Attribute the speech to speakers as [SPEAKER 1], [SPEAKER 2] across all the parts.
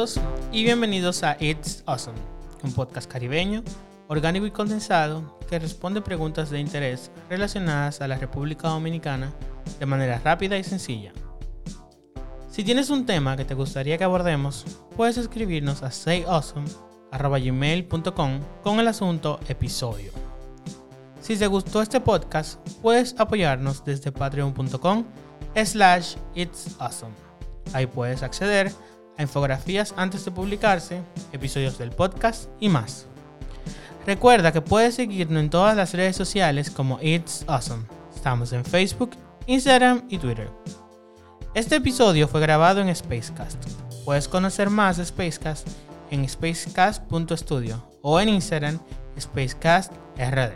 [SPEAKER 1] todos y bienvenidos a It's Awesome, un podcast caribeño, orgánico y condensado que responde preguntas de interés relacionadas a la República Dominicana de manera rápida y sencilla. Si tienes un tema que te gustaría que abordemos, puedes escribirnos a sayawesome@gmail.com con el asunto episodio. Si te gustó este podcast, puedes apoyarnos desde patreon.com/itsawesome. Ahí puedes acceder a infografías antes de publicarse, episodios del podcast y más. Recuerda que puedes seguirnos en todas las redes sociales como It's Awesome. Estamos en Facebook, Instagram y Twitter. Este episodio fue grabado en Spacecast. Puedes conocer más de Spacecast en spacecast.studio o en Instagram SpacecastRD.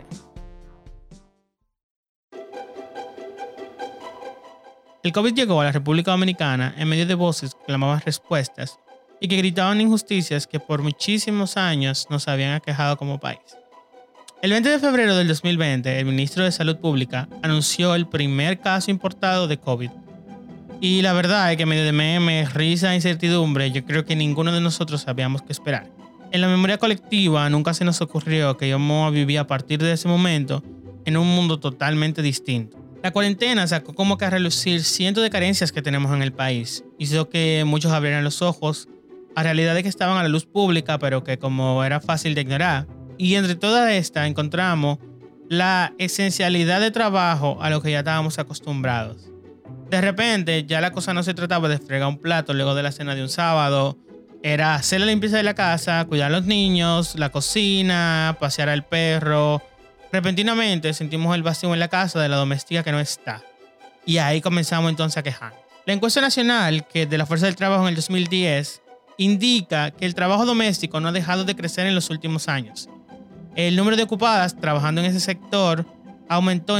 [SPEAKER 1] El COVID llegó a la República Dominicana en medio de voces que clamaban respuestas y que gritaban injusticias que por muchísimos años nos habían aquejado como país. El 20 de febrero del 2020, el ministro de Salud Pública anunció el primer caso importado de COVID. Y la verdad es que en medio de memes, risa e incertidumbre, yo creo que ninguno de nosotros sabíamos qué esperar. En la memoria colectiva nunca se nos ocurrió que íbamos a vivir a partir de ese momento en un mundo totalmente distinto. La cuarentena sacó como que a relucir cientos de carencias que tenemos en el país. Hizo que muchos abrieran los ojos a realidades que estaban a la luz pública, pero que como era fácil de ignorar. Y entre toda esta encontramos la esencialidad de trabajo a lo que ya estábamos acostumbrados. De repente ya la cosa no se trataba de fregar un plato luego de la cena de un sábado. Era hacer la limpieza de la casa, cuidar a los niños, la cocina, pasear al perro. Repentinamente sentimos el vacío en la casa de la doméstica que no está. Y ahí comenzamos entonces a quejar. La encuesta nacional que de la Fuerza del Trabajo en el 2010 indica que el trabajo doméstico no ha dejado de crecer en los últimos años. El número de ocupadas trabajando en ese sector aumentó en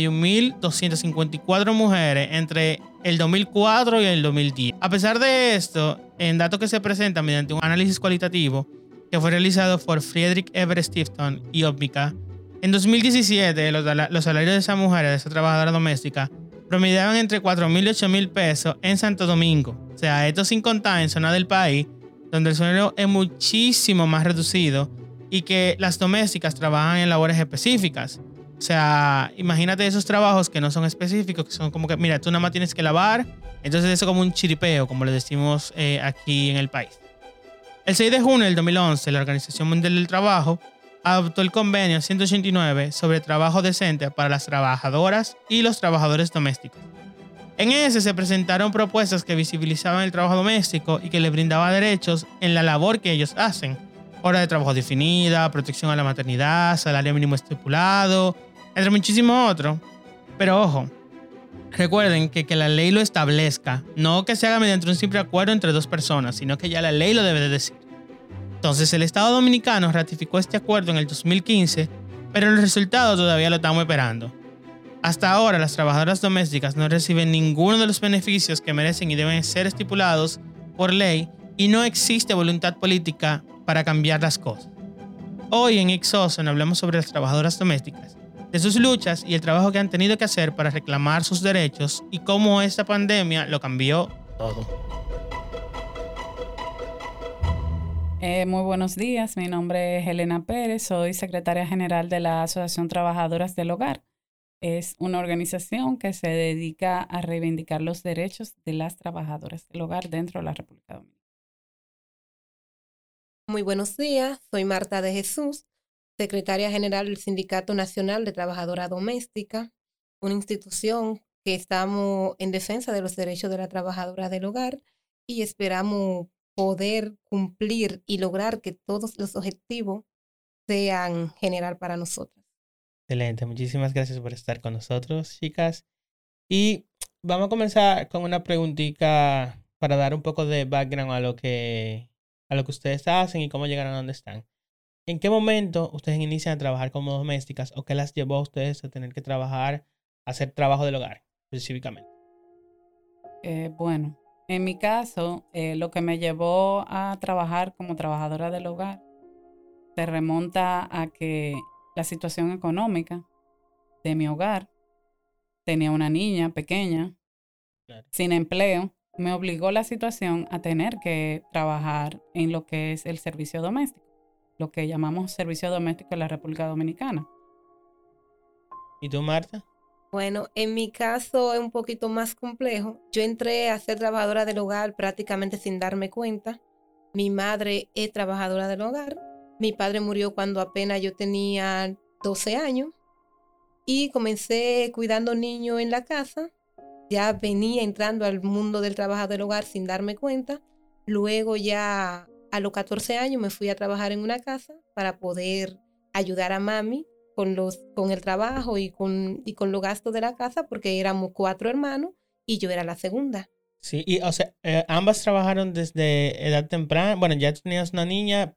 [SPEAKER 1] 51.254 mujeres entre el 2004 y el 2010. A pesar de esto, en datos que se presentan mediante un análisis cualitativo que fue realizado por Friedrich Ebert Stiftung y Opmica, en 2017 los salarios de esas mujeres, de esa trabajadora doméstica, promediaban entre 4.000 y 8.000 pesos en Santo Domingo. O sea, esto sin contar en zonas del país donde el sueldo es muchísimo más reducido y que las domésticas trabajan en labores específicas. O sea, imagínate esos trabajos que no son específicos, que son como que, mira, tú nada más tienes que lavar, entonces eso es como un chiripeo, como le decimos aquí en el país. El 6 de junio del 2011, la Organización Mundial del Trabajo adoptó el convenio 189 sobre trabajo decente para las trabajadoras y los trabajadores domésticos. En ese se presentaron propuestas que visibilizaban el trabajo doméstico y que le brindaban derechos en la labor que ellos hacen. Hora de trabajo definida, protección a la maternidad, salario mínimo estipulado, entre muchísimos otros. Pero ojo, recuerden que la ley lo establezca, no que se haga mediante un simple acuerdo entre dos personas, sino que ya la ley lo debe de decir. Entonces el Estado Dominicano ratificó este acuerdo en el 2015, pero el resultado todavía lo estamos esperando. Hasta ahora las trabajadoras domésticas no reciben ninguno de los beneficios que merecen y deben ser estipulados por ley y no existe voluntad política para cambiar las cosas. Hoy en It's Awesome hablamos sobre las trabajadoras domésticas, de sus luchas y el trabajo que han tenido que hacer para reclamar sus derechos y cómo esta pandemia lo cambió todo.
[SPEAKER 2] Muy buenos días, mi nombre es Elena Pérez, soy secretaria general de la Asociación Trabajadoras del Hogar. Es una organización que se dedica a reivindicar los derechos de las trabajadoras del hogar dentro de la República Dominicana.
[SPEAKER 3] Muy buenos días, soy Marta de Jesús, secretaria general del Sindicato Nacional de Trabajadora Doméstica, una institución que estamos en defensa de los derechos de la trabajadora del hogar y esperamos poder cumplir y lograr que todos los objetivos sean general para nosotros.
[SPEAKER 1] Excelente, muchísimas gracias por estar con nosotros, chicas. Y vamos a comenzar con una preguntita para dar un poco de background a lo que ustedes hacen y cómo llegaron a donde están. ¿En qué momento ustedes inician a trabajar como domésticas o qué las llevó a ustedes a tener que trabajar, a hacer trabajo del hogar específicamente?
[SPEAKER 2] Bueno, en mi caso, lo que me llevó a trabajar como trabajadora del hogar se remonta a que la situación económica de mi hogar, tenía una niña pequeña,
[SPEAKER 1] Claro.
[SPEAKER 2] sin empleo, me obligó la situación a tener que trabajar en lo que es el servicio doméstico, lo que llamamos servicio doméstico en la República Dominicana.
[SPEAKER 1] ¿Y tú, Marta?
[SPEAKER 3] Bueno, en mi caso es un poquito más complejo. Yo entré a ser trabajadora del hogar prácticamente sin darme cuenta. Mi madre es trabajadora del hogar. Mi padre murió cuando apenas yo tenía 12 años y comencé cuidando niños en la casa. Ya venía entrando al mundo del trabajo del hogar sin darme cuenta. Luego ya a los 14 años me fui a trabajar en una casa para poder ayudar a mami con el trabajo y con los gastos de la casa, porque éramos 4 hermanos y yo era la segunda.
[SPEAKER 1] Sí, y o sea, ambas trabajaron desde edad temprana. Bueno, ya tú tenías una niña,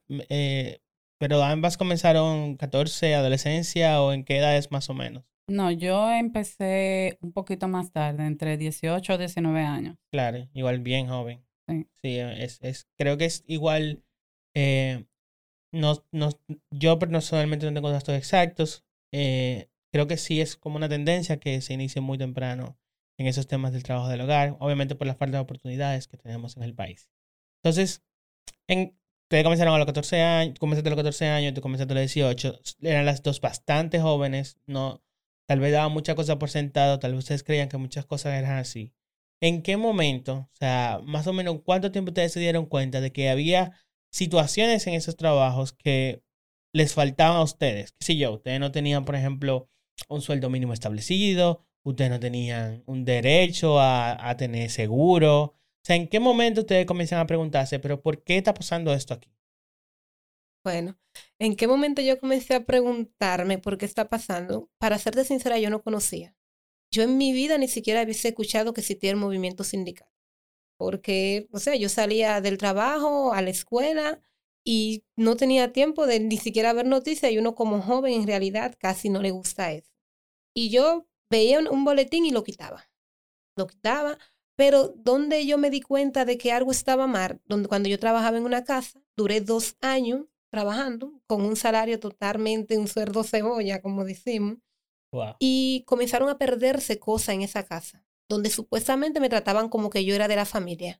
[SPEAKER 1] pero ambas comenzaron 14, adolescencia, ¿o en qué edades más o menos?
[SPEAKER 2] No, yo empecé un poquito más tarde, entre 18 y 19 años.
[SPEAKER 1] Claro, igual bien joven.
[SPEAKER 2] Sí.
[SPEAKER 1] Sí, creo que es igual. eh, no, no, yo personalmente no tengo datos exactos. Creo que sí es como una tendencia que se inicie muy temprano en esos temas del trabajo del hogar, obviamente por la falta de oportunidades que tenemos en el país. Entonces, ustedes comenzaron a los 14 años, tú comenzaste a los 14 años, tú comenzaste a los 18, eran las dos bastante jóvenes, no, tal vez daban muchas cosas por sentado, tal vez ustedes creían que muchas cosas eran así. ¿En qué momento, o sea, más o menos cuánto tiempo ustedes se dieron cuenta de que había situaciones en esos trabajos que les faltaban a ustedes? ¿Qué sé yo? Ustedes no tenían, por ejemplo, un sueldo mínimo establecido, ustedes no tenían un derecho a tener seguro. O sea, ¿en qué momento ustedes comienzan a preguntarse, pero por qué está pasando esto aquí?
[SPEAKER 3] Bueno, ¿en qué momento yo comencé a preguntarme por qué está pasando? Para serte sincera, yo no conocía. Yo en mi vida ni siquiera había escuchado que existía el movimiento sindical. Porque, o sea, yo salía del trabajo a la escuela y no tenía tiempo de ni siquiera ver noticias, y uno como joven en realidad casi no le gusta eso. Y yo veía un boletín y lo quitaba, pero donde yo me di cuenta de que algo estaba mal, cuando yo trabajaba en una casa, duré 2 años trabajando con un salario totalmente, un sueldo cebolla, como decimos,
[SPEAKER 1] Wow.
[SPEAKER 3] y comenzaron a perderse cosas en esa casa, donde supuestamente me trataban como que yo era de la familia.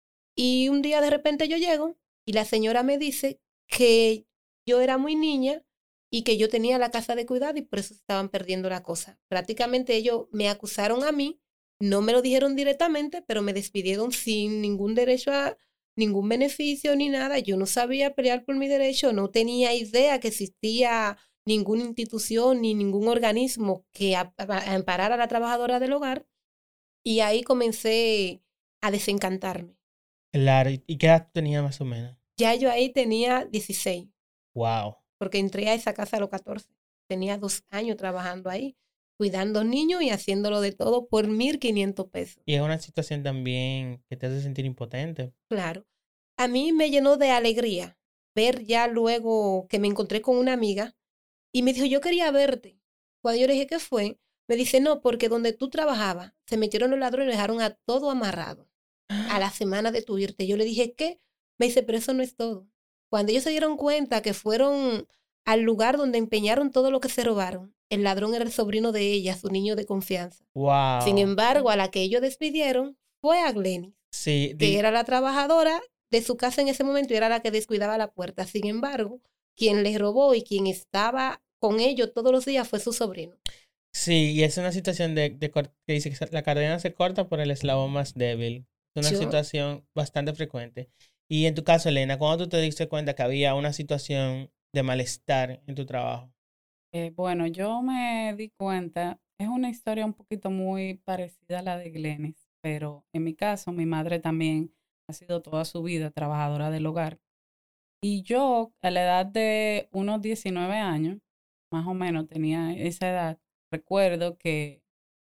[SPEAKER 3] Y un día de repente yo llego y la señora me dice que yo era muy niña y que yo tenía la casa de cuidado y por eso se estaban perdiendo la cosa. Prácticamente ellos me acusaron a mí, no me lo dijeron directamente, pero me despidieron sin ningún derecho a ningún beneficio ni nada. Yo no sabía pelear por mi derecho, no tenía idea que existía ninguna institución ni ningún organismo que amparara a la trabajadora del hogar, y ahí comencé a desencantarme.
[SPEAKER 1] Claro, ¿y qué edad tenía más o menos?
[SPEAKER 3] Ya yo ahí tenía 16,
[SPEAKER 1] Wow.
[SPEAKER 3] porque entré a esa casa a los 14. Tenía 2 años trabajando ahí, cuidando niños y haciéndolo de todo por 1,500 pesos.
[SPEAKER 1] Y es una situación también que te hace sentir impotente.
[SPEAKER 3] Claro. A mí me llenó de alegría ver ya luego que me encontré con una amiga y me dijo, yo quería verte. Cuando yo le dije, ¿qué fue? Me dice, no, porque donde tú trabajabas, se metieron los ladrones y dejaron a todo amarrado a la semana de tu irte. Yo le dije, ¿qué? Me dice, pero eso no es todo. Cuando ellos se dieron cuenta que fueron al lugar donde empeñaron todo lo que se robaron, el ladrón era el sobrino de ella, su niño de confianza. Sin
[SPEAKER 1] Wow.
[SPEAKER 3] embargo, a la que ellos despidieron fue a Glenny,
[SPEAKER 1] Sí,
[SPEAKER 3] que era la trabajadora de su casa en ese momento y era la que descuidaba la puerta. Sin embargo, quien les robó y quien estaba con ellos todos los días fue su sobrino.
[SPEAKER 1] sí, y es una situación que dice que la cadena se corta por el eslabón más débil. Es una
[SPEAKER 3] Yo,
[SPEAKER 1] situación bastante frecuente. Y en tu caso, Elena, ¿cuándo tú te diste cuenta que había una situación de malestar en tu trabajo?
[SPEAKER 2] Bueno, yo me di cuenta, es una historia un poquito muy parecida a la de Glenis, pero en mi caso, mi madre también ha sido toda su vida trabajadora del hogar. Y yo, a la edad de unos 19 años, más o menos tenía esa edad, recuerdo que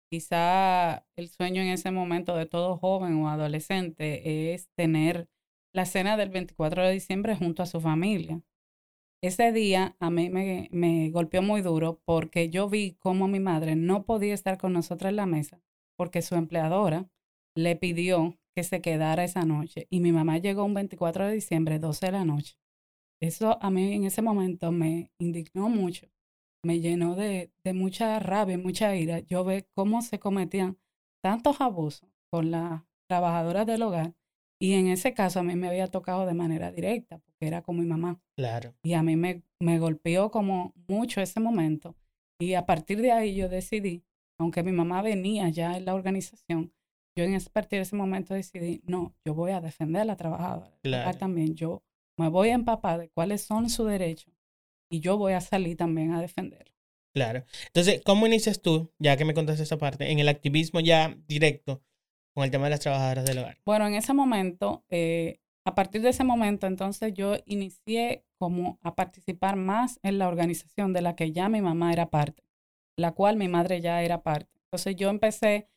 [SPEAKER 2] quizá el sueño en ese momento de todo joven o adolescente es tener la cena del 24 de diciembre junto a su familia. Ese día a mí me golpeó muy duro porque yo vi cómo mi madre no podía estar con nosotros en la mesa porque su empleadora le pidió que se quedara esa noche y mi mamá llegó un 24 de diciembre, 12 de la noche. Eso a mí en ese momento me indignó mucho, me llenó de mucha rabia, mucha ira. Yo ve cómo se cometían tantos abusos con trabajadoras del hogar. Y en ese caso a mí me había tocado de manera directa, porque era con mi mamá.
[SPEAKER 1] Claro.
[SPEAKER 2] Y a mí me golpeó como mucho ese momento. Y a partir de ahí yo decidí, aunque mi mamá venía ya en la organización, yo a partir de ese momento decidí, no, yo voy a defender a la trabajadora del hogar
[SPEAKER 1] Claro.
[SPEAKER 2] también. Yo me voy a empapar de cuáles son sus derechos y yo voy a salir también a defenderlo.
[SPEAKER 1] Claro. Entonces, ¿cómo inicias tú, ya que me contaste esa parte, en el activismo ya directo con el tema de las trabajadoras del hogar?
[SPEAKER 2] Bueno, en ese momento, a partir de ese momento, entonces yo inicié como a participar más en la organización de la que ya mi mamá era parte, la cual mi madre ya era parte. Entonces yo empecé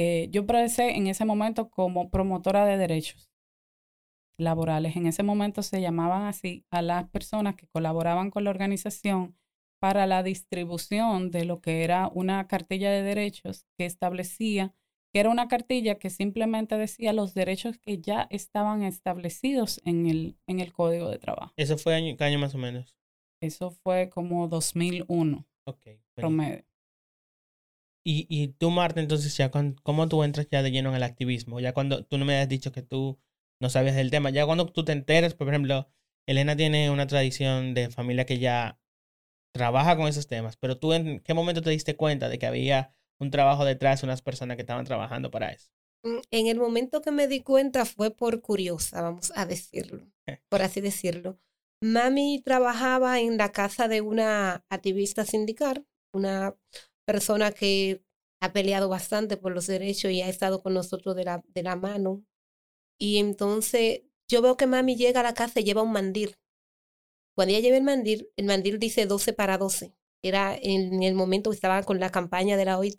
[SPEAKER 2] en ese momento como promotora de derechos laborales. En ese momento se llamaban así a las personas que colaboraban con la organización para la distribución de lo que era una cartilla de derechos que establecía, que era una cartilla que simplemente decía los derechos que ya estaban establecidos en el Código de Trabajo.
[SPEAKER 1] ¿Eso fue qué año más o menos?
[SPEAKER 2] Eso fue como 2001,
[SPEAKER 1] Ok.
[SPEAKER 2] promedio.
[SPEAKER 1] Y tú, Marta, entonces ya ¿cómo tú entras ya de lleno en el activismo? Ya cuando tú no me has dicho que tú no sabías del tema, ya cuando tú te enteras, por ejemplo, Elena tiene una tradición de familia que ya trabaja con esos temas, pero tú ¿en qué momento te diste cuenta de que había un trabajo detrás, unas personas que estaban trabajando para eso?
[SPEAKER 3] En el momento que me di cuenta fue por curiosa, vamos a decirlo, por así decirlo. Mami trabajaba en la casa de una activista sindical, una persona que ha peleado bastante por los derechos y ha estado con nosotros de la mano. Y entonces yo veo que mami llega a la casa y lleva un mandil. Cuando ella lleva el mandil dice 12 para 12. Era en el momento que estaba con la campaña de la OIT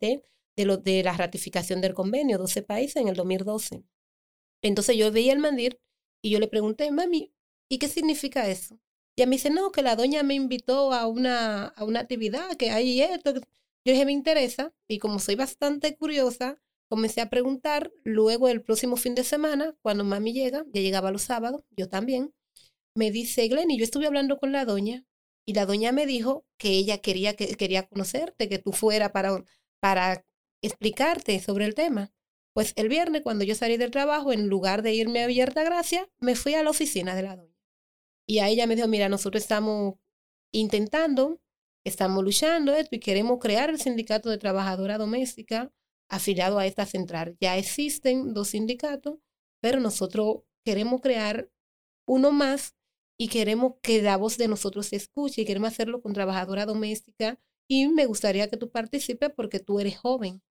[SPEAKER 3] de la ratificación del convenio, 12 países en el 2012. Entonces yo veía el mandil y yo le pregunté, mami, ¿y qué significa eso? Y ella me dice, no, que la doña me invitó a una actividad, que hay esto. Yo dije, me interesa. Y como soy bastante curiosa, comencé a preguntar. Luego, el próximo fin de semana, cuando mami llega, ya llegaba los sábados, yo también, me dice, Glenny, yo estuve hablando con la doña y la doña me dijo que ella quería conocerte, que tú fueras para explicarte sobre el tema. Pues el viernes, cuando yo salí del trabajo, en lugar de irme a Villa Altagracia, me fui a la oficina de la doña. Y a ella me dijo, mira, nosotros estamos intentando, estamos luchando esto y queremos crear el sindicato de trabajadora doméstica afiliado a esta central. Ya existen 2 sindicatos, pero nosotros queremos crear uno más y queremos que la voz de nosotros se escuche y queremos hacerlo con trabajadora doméstica y me gustaría que tú participes porque tú eres joven.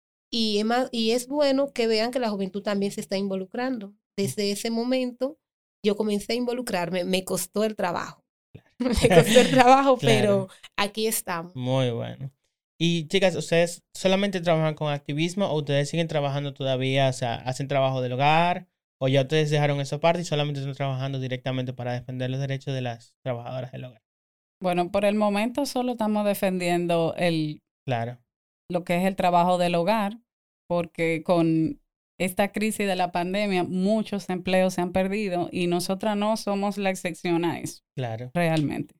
[SPEAKER 3] Y es bueno que vean que la juventud también se está involucrando. Desde ese momento yo comencé a involucrarme, me costó el trabajo. Me costó el trabajo, pero aquí estamos.
[SPEAKER 1] Muy bueno. Y chicas, ¿ustedes solamente trabajan con activismo o ustedes siguen trabajando todavía, o sea, hacen trabajo del hogar o ya ustedes dejaron esa parte y solamente están trabajando directamente para defender los derechos de las trabajadoras del hogar?
[SPEAKER 2] Bueno, por el momento solo estamos defendiendo
[SPEAKER 1] Claro.
[SPEAKER 2] lo que es el trabajo del hogar, porque con esta crisis de la pandemia muchos empleos se han perdido y nosotras no somos la excepción a eso.
[SPEAKER 1] Claro.
[SPEAKER 2] Realmente.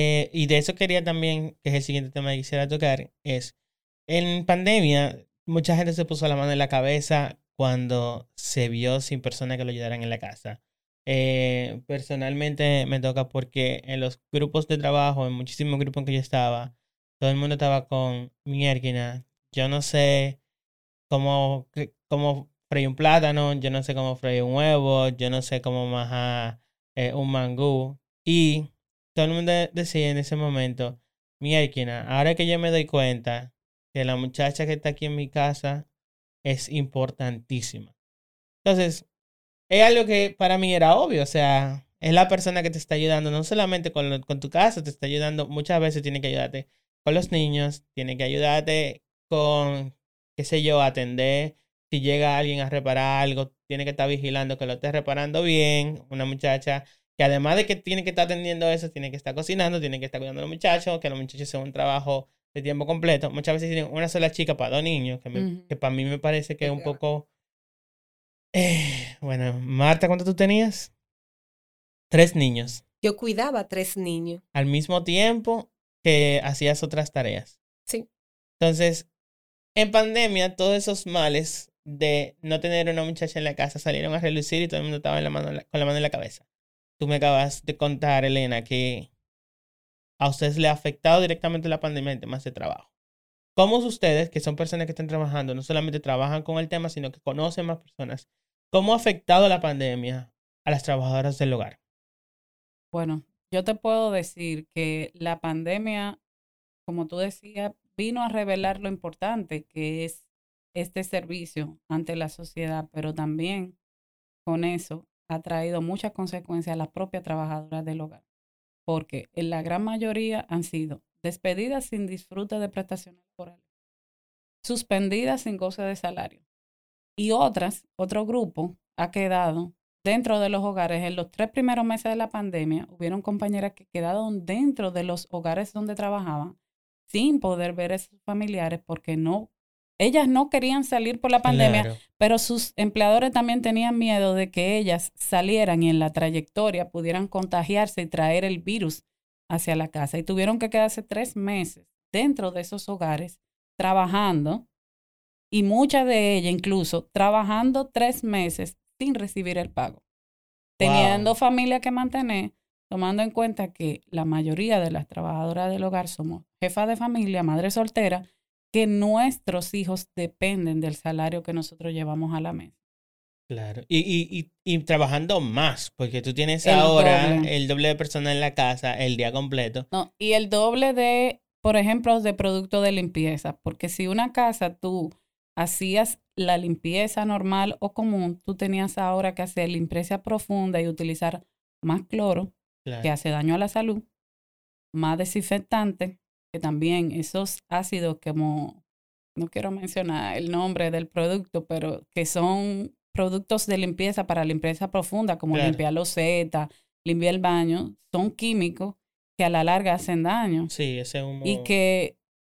[SPEAKER 1] Y de eso quería también, que es el siguiente tema que quisiera tocar, es, en pandemia, mucha gente se puso la mano en la cabeza cuando se vio sin personas que lo ayudaran en la casa. Personalmente me toca porque en los grupos de trabajo, en muchísimos grupos en que yo estaba, todo el mundo estaba con mierda. Yo no sé cómo freír un plátano, yo no sé cómo freír un huevo, yo no sé cómo majar un mangú. Y todo el mundo decía en ese momento, mierda, ahora que yo me doy cuenta que la muchacha que está aquí en mi casa es importantísima. Entonces, es algo que para mí era obvio, o sea, es la persona que te está ayudando, no solamente con tu casa, te está ayudando, muchas veces tiene que ayudarte con los niños, tiene que ayudarte con, qué sé yo, atender, si llega alguien a reparar algo, tiene que estar vigilando que lo esté reparando bien, una muchacha que además de que tiene que estar atendiendo eso, tiene que estar cocinando, tiene que estar cuidando a los muchachos, que los muchachos sea un trabajo de tiempo completo. Muchas veces tienen una sola chica para 2 niños, que para mí me parece que es un poco... bueno, Marta, ¿cuánto tú tenías? 3 niños.
[SPEAKER 3] Yo cuidaba 3 niños.
[SPEAKER 1] Al mismo tiempo que hacías otras tareas.
[SPEAKER 3] Sí.
[SPEAKER 1] Entonces, en pandemia, todos esos males de no tener una muchacha en la casa salieron a relucir y todo el mundo estaba con la mano en la cabeza. Tú me acabas de contar, Elena, que a ustedes le ha afectado directamente la pandemia en temas de trabajo. ¿Cómo ustedes, que son personas que están trabajando, no solamente trabajan con el tema, sino que conocen más personas, cómo ha afectado la pandemia a las trabajadoras del hogar?
[SPEAKER 2] Bueno, yo te puedo decir que la pandemia, como tú decías, vino a revelar lo importante que es este servicio ante la sociedad, pero también con eso ha traído muchas consecuencias a las propias trabajadoras del hogar, porque en la gran mayoría han sido despedidas sin disfrute de prestaciones laborales, suspendidas sin goce de salario, y otro grupo ha quedado dentro de los hogares. En los 3 primeros meses de la pandemia, hubieron compañeras que quedaron dentro de los hogares donde trabajaban sin poder ver a sus familiares porque ellas no querían salir por la pandemia,
[SPEAKER 1] Claro.
[SPEAKER 2] pero sus empleadores también tenían miedo de que ellas salieran y en la trayectoria pudieran contagiarse y traer el virus hacia la casa. Y tuvieron que quedarse 3 meses dentro de esos hogares trabajando, y muchas de ellas incluso trabajando 3 meses sin recibir el pago, teniendo familia que mantener, tomando en cuenta que la mayoría de las trabajadoras del hogar somos jefas de familia, madres solteras, que nuestros hijos dependen del salario que nosotros llevamos a la mesa.
[SPEAKER 1] Claro. Y trabajando más, porque tú tienes
[SPEAKER 2] El
[SPEAKER 1] ahora
[SPEAKER 2] doble.
[SPEAKER 1] el doble de personas en la casa el día completo.
[SPEAKER 2] No, y el doble de, por ejemplo, de productos de limpieza, porque si una casa tú hacías la limpieza normal o común, tú tenías ahora que hacer limpieza profunda y utilizar más cloro,
[SPEAKER 1] Claro.
[SPEAKER 2] que hace daño a la salud, más desinfectante, que también esos ácidos, como no quiero mencionar el nombre del producto, pero que son productos de limpieza para limpieza profunda, como
[SPEAKER 1] Claro.
[SPEAKER 2] limpiar losetas, limpiar el baño, son químicos que a la larga hacen daño.
[SPEAKER 1] Sí, ese humo.
[SPEAKER 2] Y que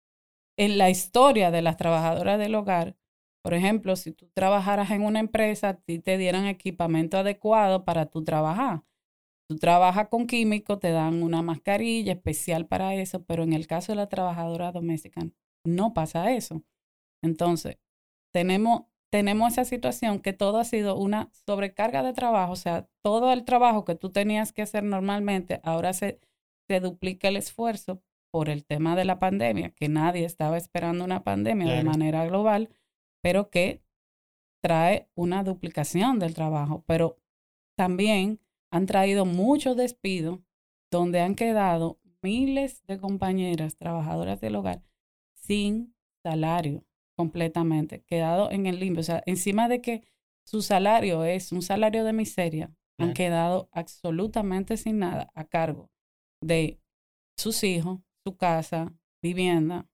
[SPEAKER 2] en la historia de las trabajadoras del hogar, por ejemplo, si tú trabajaras en una empresa, a ti te dieran equipamiento adecuado para tu trabajar. Tú trabajas con químicos, te dan una mascarilla especial para eso, pero en el caso de la trabajadora doméstica no pasa eso. Entonces, tenemos esa situación que todo ha sido una sobrecarga de trabajo, o sea, todo el trabajo que tú tenías que hacer normalmente, ahora se duplica el esfuerzo por el tema de la pandemia, que nadie estaba esperando una pandemia de
[SPEAKER 1] Claro.
[SPEAKER 2] manera global, pero que trae una duplicación del trabajo. Pero también han traído muchos despidos donde han quedado miles de compañeras trabajadoras del hogar sin salario completamente, quedado en el limbo. O sea, encima de que su salario es un salario de miseria, han
[SPEAKER 1] Claro.
[SPEAKER 2] quedado absolutamente sin nada a cargo de sus hijos, su casa, vivienda.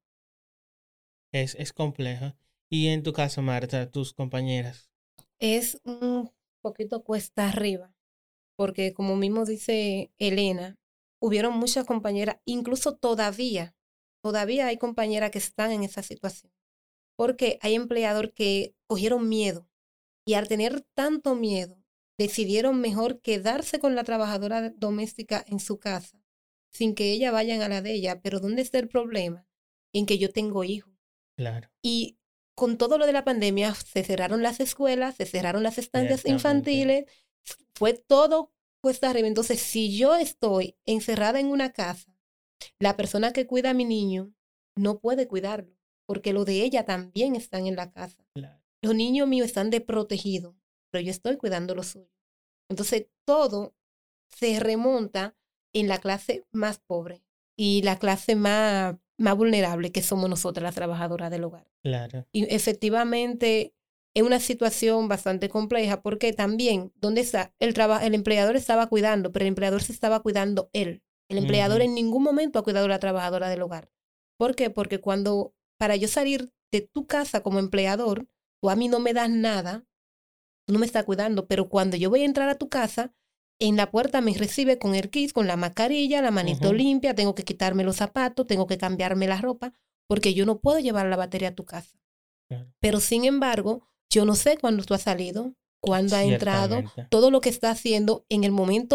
[SPEAKER 1] Es complejo. Y en tu caso, Marta, tus compañeras.
[SPEAKER 3] Es un poquito cuesta arriba, porque como mismo dice Elena, hubieron muchas compañeras, incluso todavía hay compañeras que están en esa situación, porque hay empleadores que cogieron miedo y al tener tanto miedo, decidieron mejor quedarse con la trabajadora doméstica en su casa, sin que ella vayan a la de ella. Pero ¿dónde está el problema? En que yo tengo hijos.
[SPEAKER 1] Claro.
[SPEAKER 3] Y con todo lo de la pandemia, se cerraron las escuelas, se cerraron las estancias
[SPEAKER 1] Ciertamente.
[SPEAKER 3] infantiles, fue todo cuesta arriba. Entonces, si yo estoy encerrada en una casa, la persona que cuida a mi niño no puede cuidarlo, porque lo de ella también están en la casa.
[SPEAKER 1] Claro.
[SPEAKER 3] Los niños míos están desprotegidos, pero yo estoy cuidando lo suyo. Entonces, todo se remonta en la clase más pobre y la clase más vulnerable, que somos nosotras, las trabajadoras del hogar.
[SPEAKER 1] Claro.
[SPEAKER 3] Y efectivamente es una situación bastante compleja, porque también, ¿dónde está? El empleador estaba cuidando, pero el empleador se estaba cuidando él. El empleador en ningún momento ha cuidado a la trabajadora del hogar. ¿Por qué? Porque para yo salir de tu casa como empleador, tú a mí no me das nada, tú no me estás cuidando, pero cuando yo voy a entrar a tu casa, en la puerta me recibe con el kit, con la mascarilla, la manito limpia, tengo que quitarme los zapatos, tengo que cambiarme la ropa, porque yo no puedo llevar la batería a tu casa.
[SPEAKER 1] Claro.
[SPEAKER 3] Pero sin embargo, yo no sé cuándo tú has salido, cuándo has entrado, todo lo que está haciendo en el momento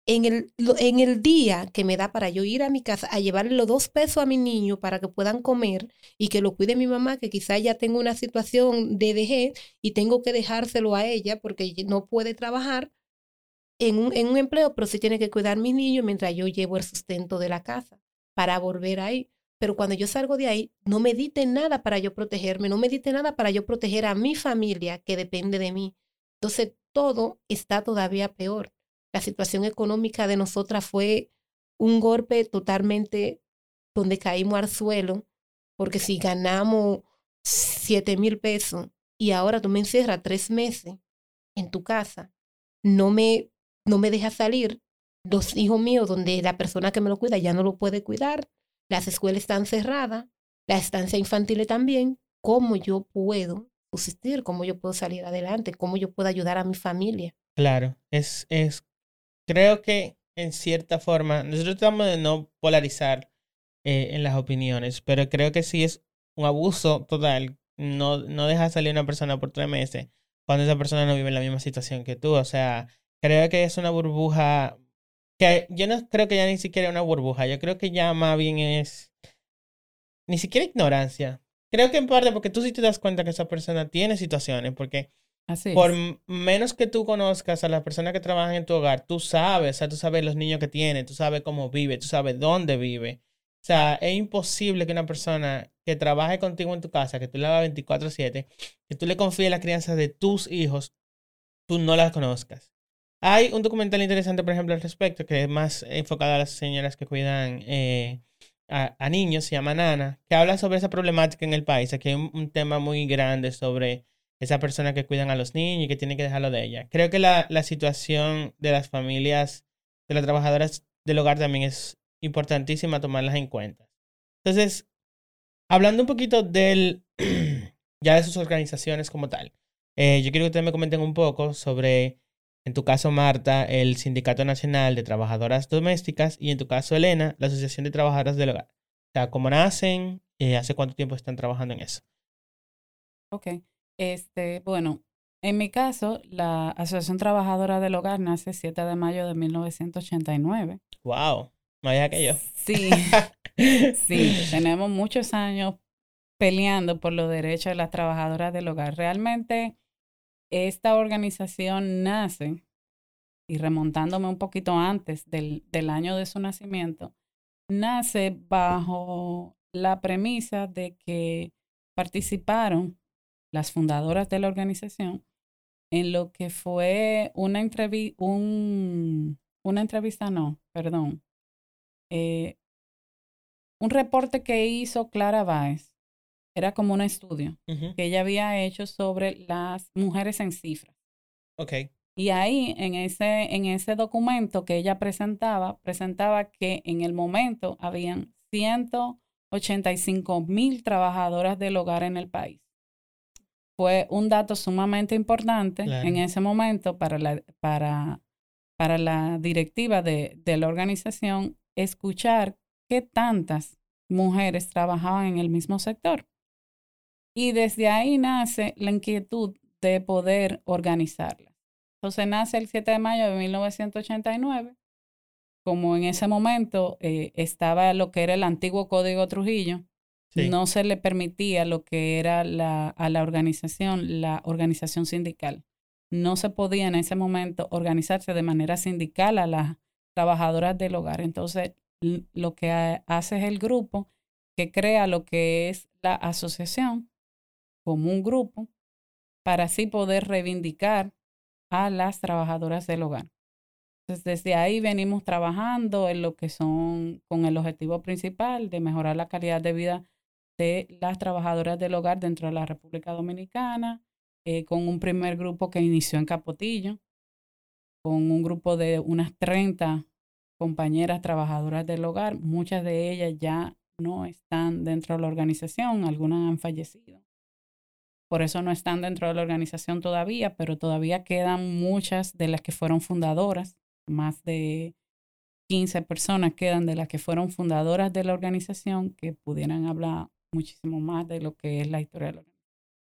[SPEAKER 3] en el día que me da para yo ir a mi casa a llevarle los 2 pesos a mi niño para que puedan comer y que lo cuide mi mamá, que quizá ya tengo una situación de vejez y tengo que dejárselo a ella porque no puede trabajar en un empleo, pero sí tiene que cuidar a mis niños mientras yo llevo el sustento de la casa para volver ahí. Pero cuando yo salgo de ahí, no me diste nada para yo protegerme, no me diste nada para yo proteger a mi familia que depende de mí. Entonces, todo está todavía peor. La situación económica de nosotras fue un golpe totalmente donde caímos al suelo, porque si ganamos 7,000 pesos y ahora tú me encierras 3 meses en tu casa, no me, no me dejas salir, los hijos míos, donde la persona que me lo cuida ya no lo puede cuidar, las escuelas están cerradas, la estancia infantil también, ¿cómo yo puedo subsistir? ¿Cómo yo puedo salir adelante? ¿Cómo yo puedo ayudar a mi familia?
[SPEAKER 1] Claro, creo que en cierta forma, nosotros tratamos de no polarizar en las opiniones, pero creo que sí es un abuso total no dejar salir a una persona por 3 meses cuando esa persona no vive en la misma situación que tú. O sea, creo que es una burbuja que yo no creo que ya ni siquiera es una burbuja, yo creo que ya más bien es ni siquiera ignorancia. Creo que en parte porque tú sí te das cuenta que esa persona tiene situaciones, porque
[SPEAKER 2] Así
[SPEAKER 1] por
[SPEAKER 2] es.
[SPEAKER 1] menos que tú conozcas a las personas que trabajan en tu hogar, tú sabes, o sea, tú sabes los niños que tiene, tú sabes cómo vive, tú sabes dónde vive. O sea, es imposible que una persona que trabaje contigo en tu casa, que tú le hagas 24/7, que tú le confíes la crianza de tus hijos, tú no las conozcas. Hay un documental interesante, por ejemplo, al respecto, que es más enfocado a las señoras que cuidan a niños, se llama Nana, que habla sobre esa problemática en el país. Aquí hay un tema muy grande sobre esa persona que cuidan a los niños y que tiene que dejarlo de ella. Creo que la situación de las familias, de las trabajadoras del hogar también es importantísima tomarlas en cuenta. Entonces, hablando un poquito ya de sus organizaciones como tal, yo quiero que ustedes me comenten un poco sobre, en tu caso, Marta, el Sindicato Nacional de Trabajadoras Domésticas y en tu caso, Elena, la Asociación de Trabajadoras del Hogar. O sea, cómo nacen, hace cuánto tiempo están trabajando en eso.
[SPEAKER 2] Ok. Bueno, en mi caso, la Asociación Trabajadora del Hogar nace 7 de mayo de 1989.
[SPEAKER 1] Wow, más allá que yo.
[SPEAKER 2] Sí, sí, tenemos muchos años peleando por los derechos de las trabajadoras del hogar. Realmente, esta organización nace, y remontándome un poquito antes del año de su nacimiento, nace bajo la premisa de que participaron las fundadoras de la organización en lo que fue una entrevista, no, perdón, eh, un reporte que hizo Clara Báez. Era como un estudio
[SPEAKER 1] Ujú.
[SPEAKER 2] que ella había hecho sobre las mujeres en cifras.
[SPEAKER 1] Ok.
[SPEAKER 2] Y ahí, en ese documento que ella presentaba que en el momento habían 185,000 trabajadoras del hogar en el país. Fue un dato sumamente importante en
[SPEAKER 1] Claro.
[SPEAKER 2] ese momento para la directiva de la organización escuchar qué tantas mujeres trabajaban en el mismo sector. Y desde ahí nace la inquietud de poder organizarla. Entonces nace el 7 de mayo de 1989, como en ese momento estaba lo que era el antiguo Código Trujillo,
[SPEAKER 1] Sí.
[SPEAKER 2] no se le permitía lo que era a la organización sindical. No se podía en ese momento organizarse de manera sindical a las trabajadoras del hogar. Entonces, lo que hace es el grupo que crea lo que es la asociación como un grupo para así poder reivindicar a las trabajadoras del hogar. Entonces, desde ahí venimos trabajando en lo que son con el objetivo principal de mejorar la calidad de vida de las trabajadoras del hogar dentro de la República Dominicana, con un primer grupo que inició en Capotillo, con un grupo de unas 30 compañeras trabajadoras del hogar. Muchas de ellas ya no están dentro de la organización, algunas han fallecido. Por eso no están dentro de la organización todavía, pero todavía quedan muchas de las que fueron fundadoras. Más de 15 personas quedan de las que fueron fundadoras de la organización que pudieran hablar muchísimo más de lo que es la historia de la organización.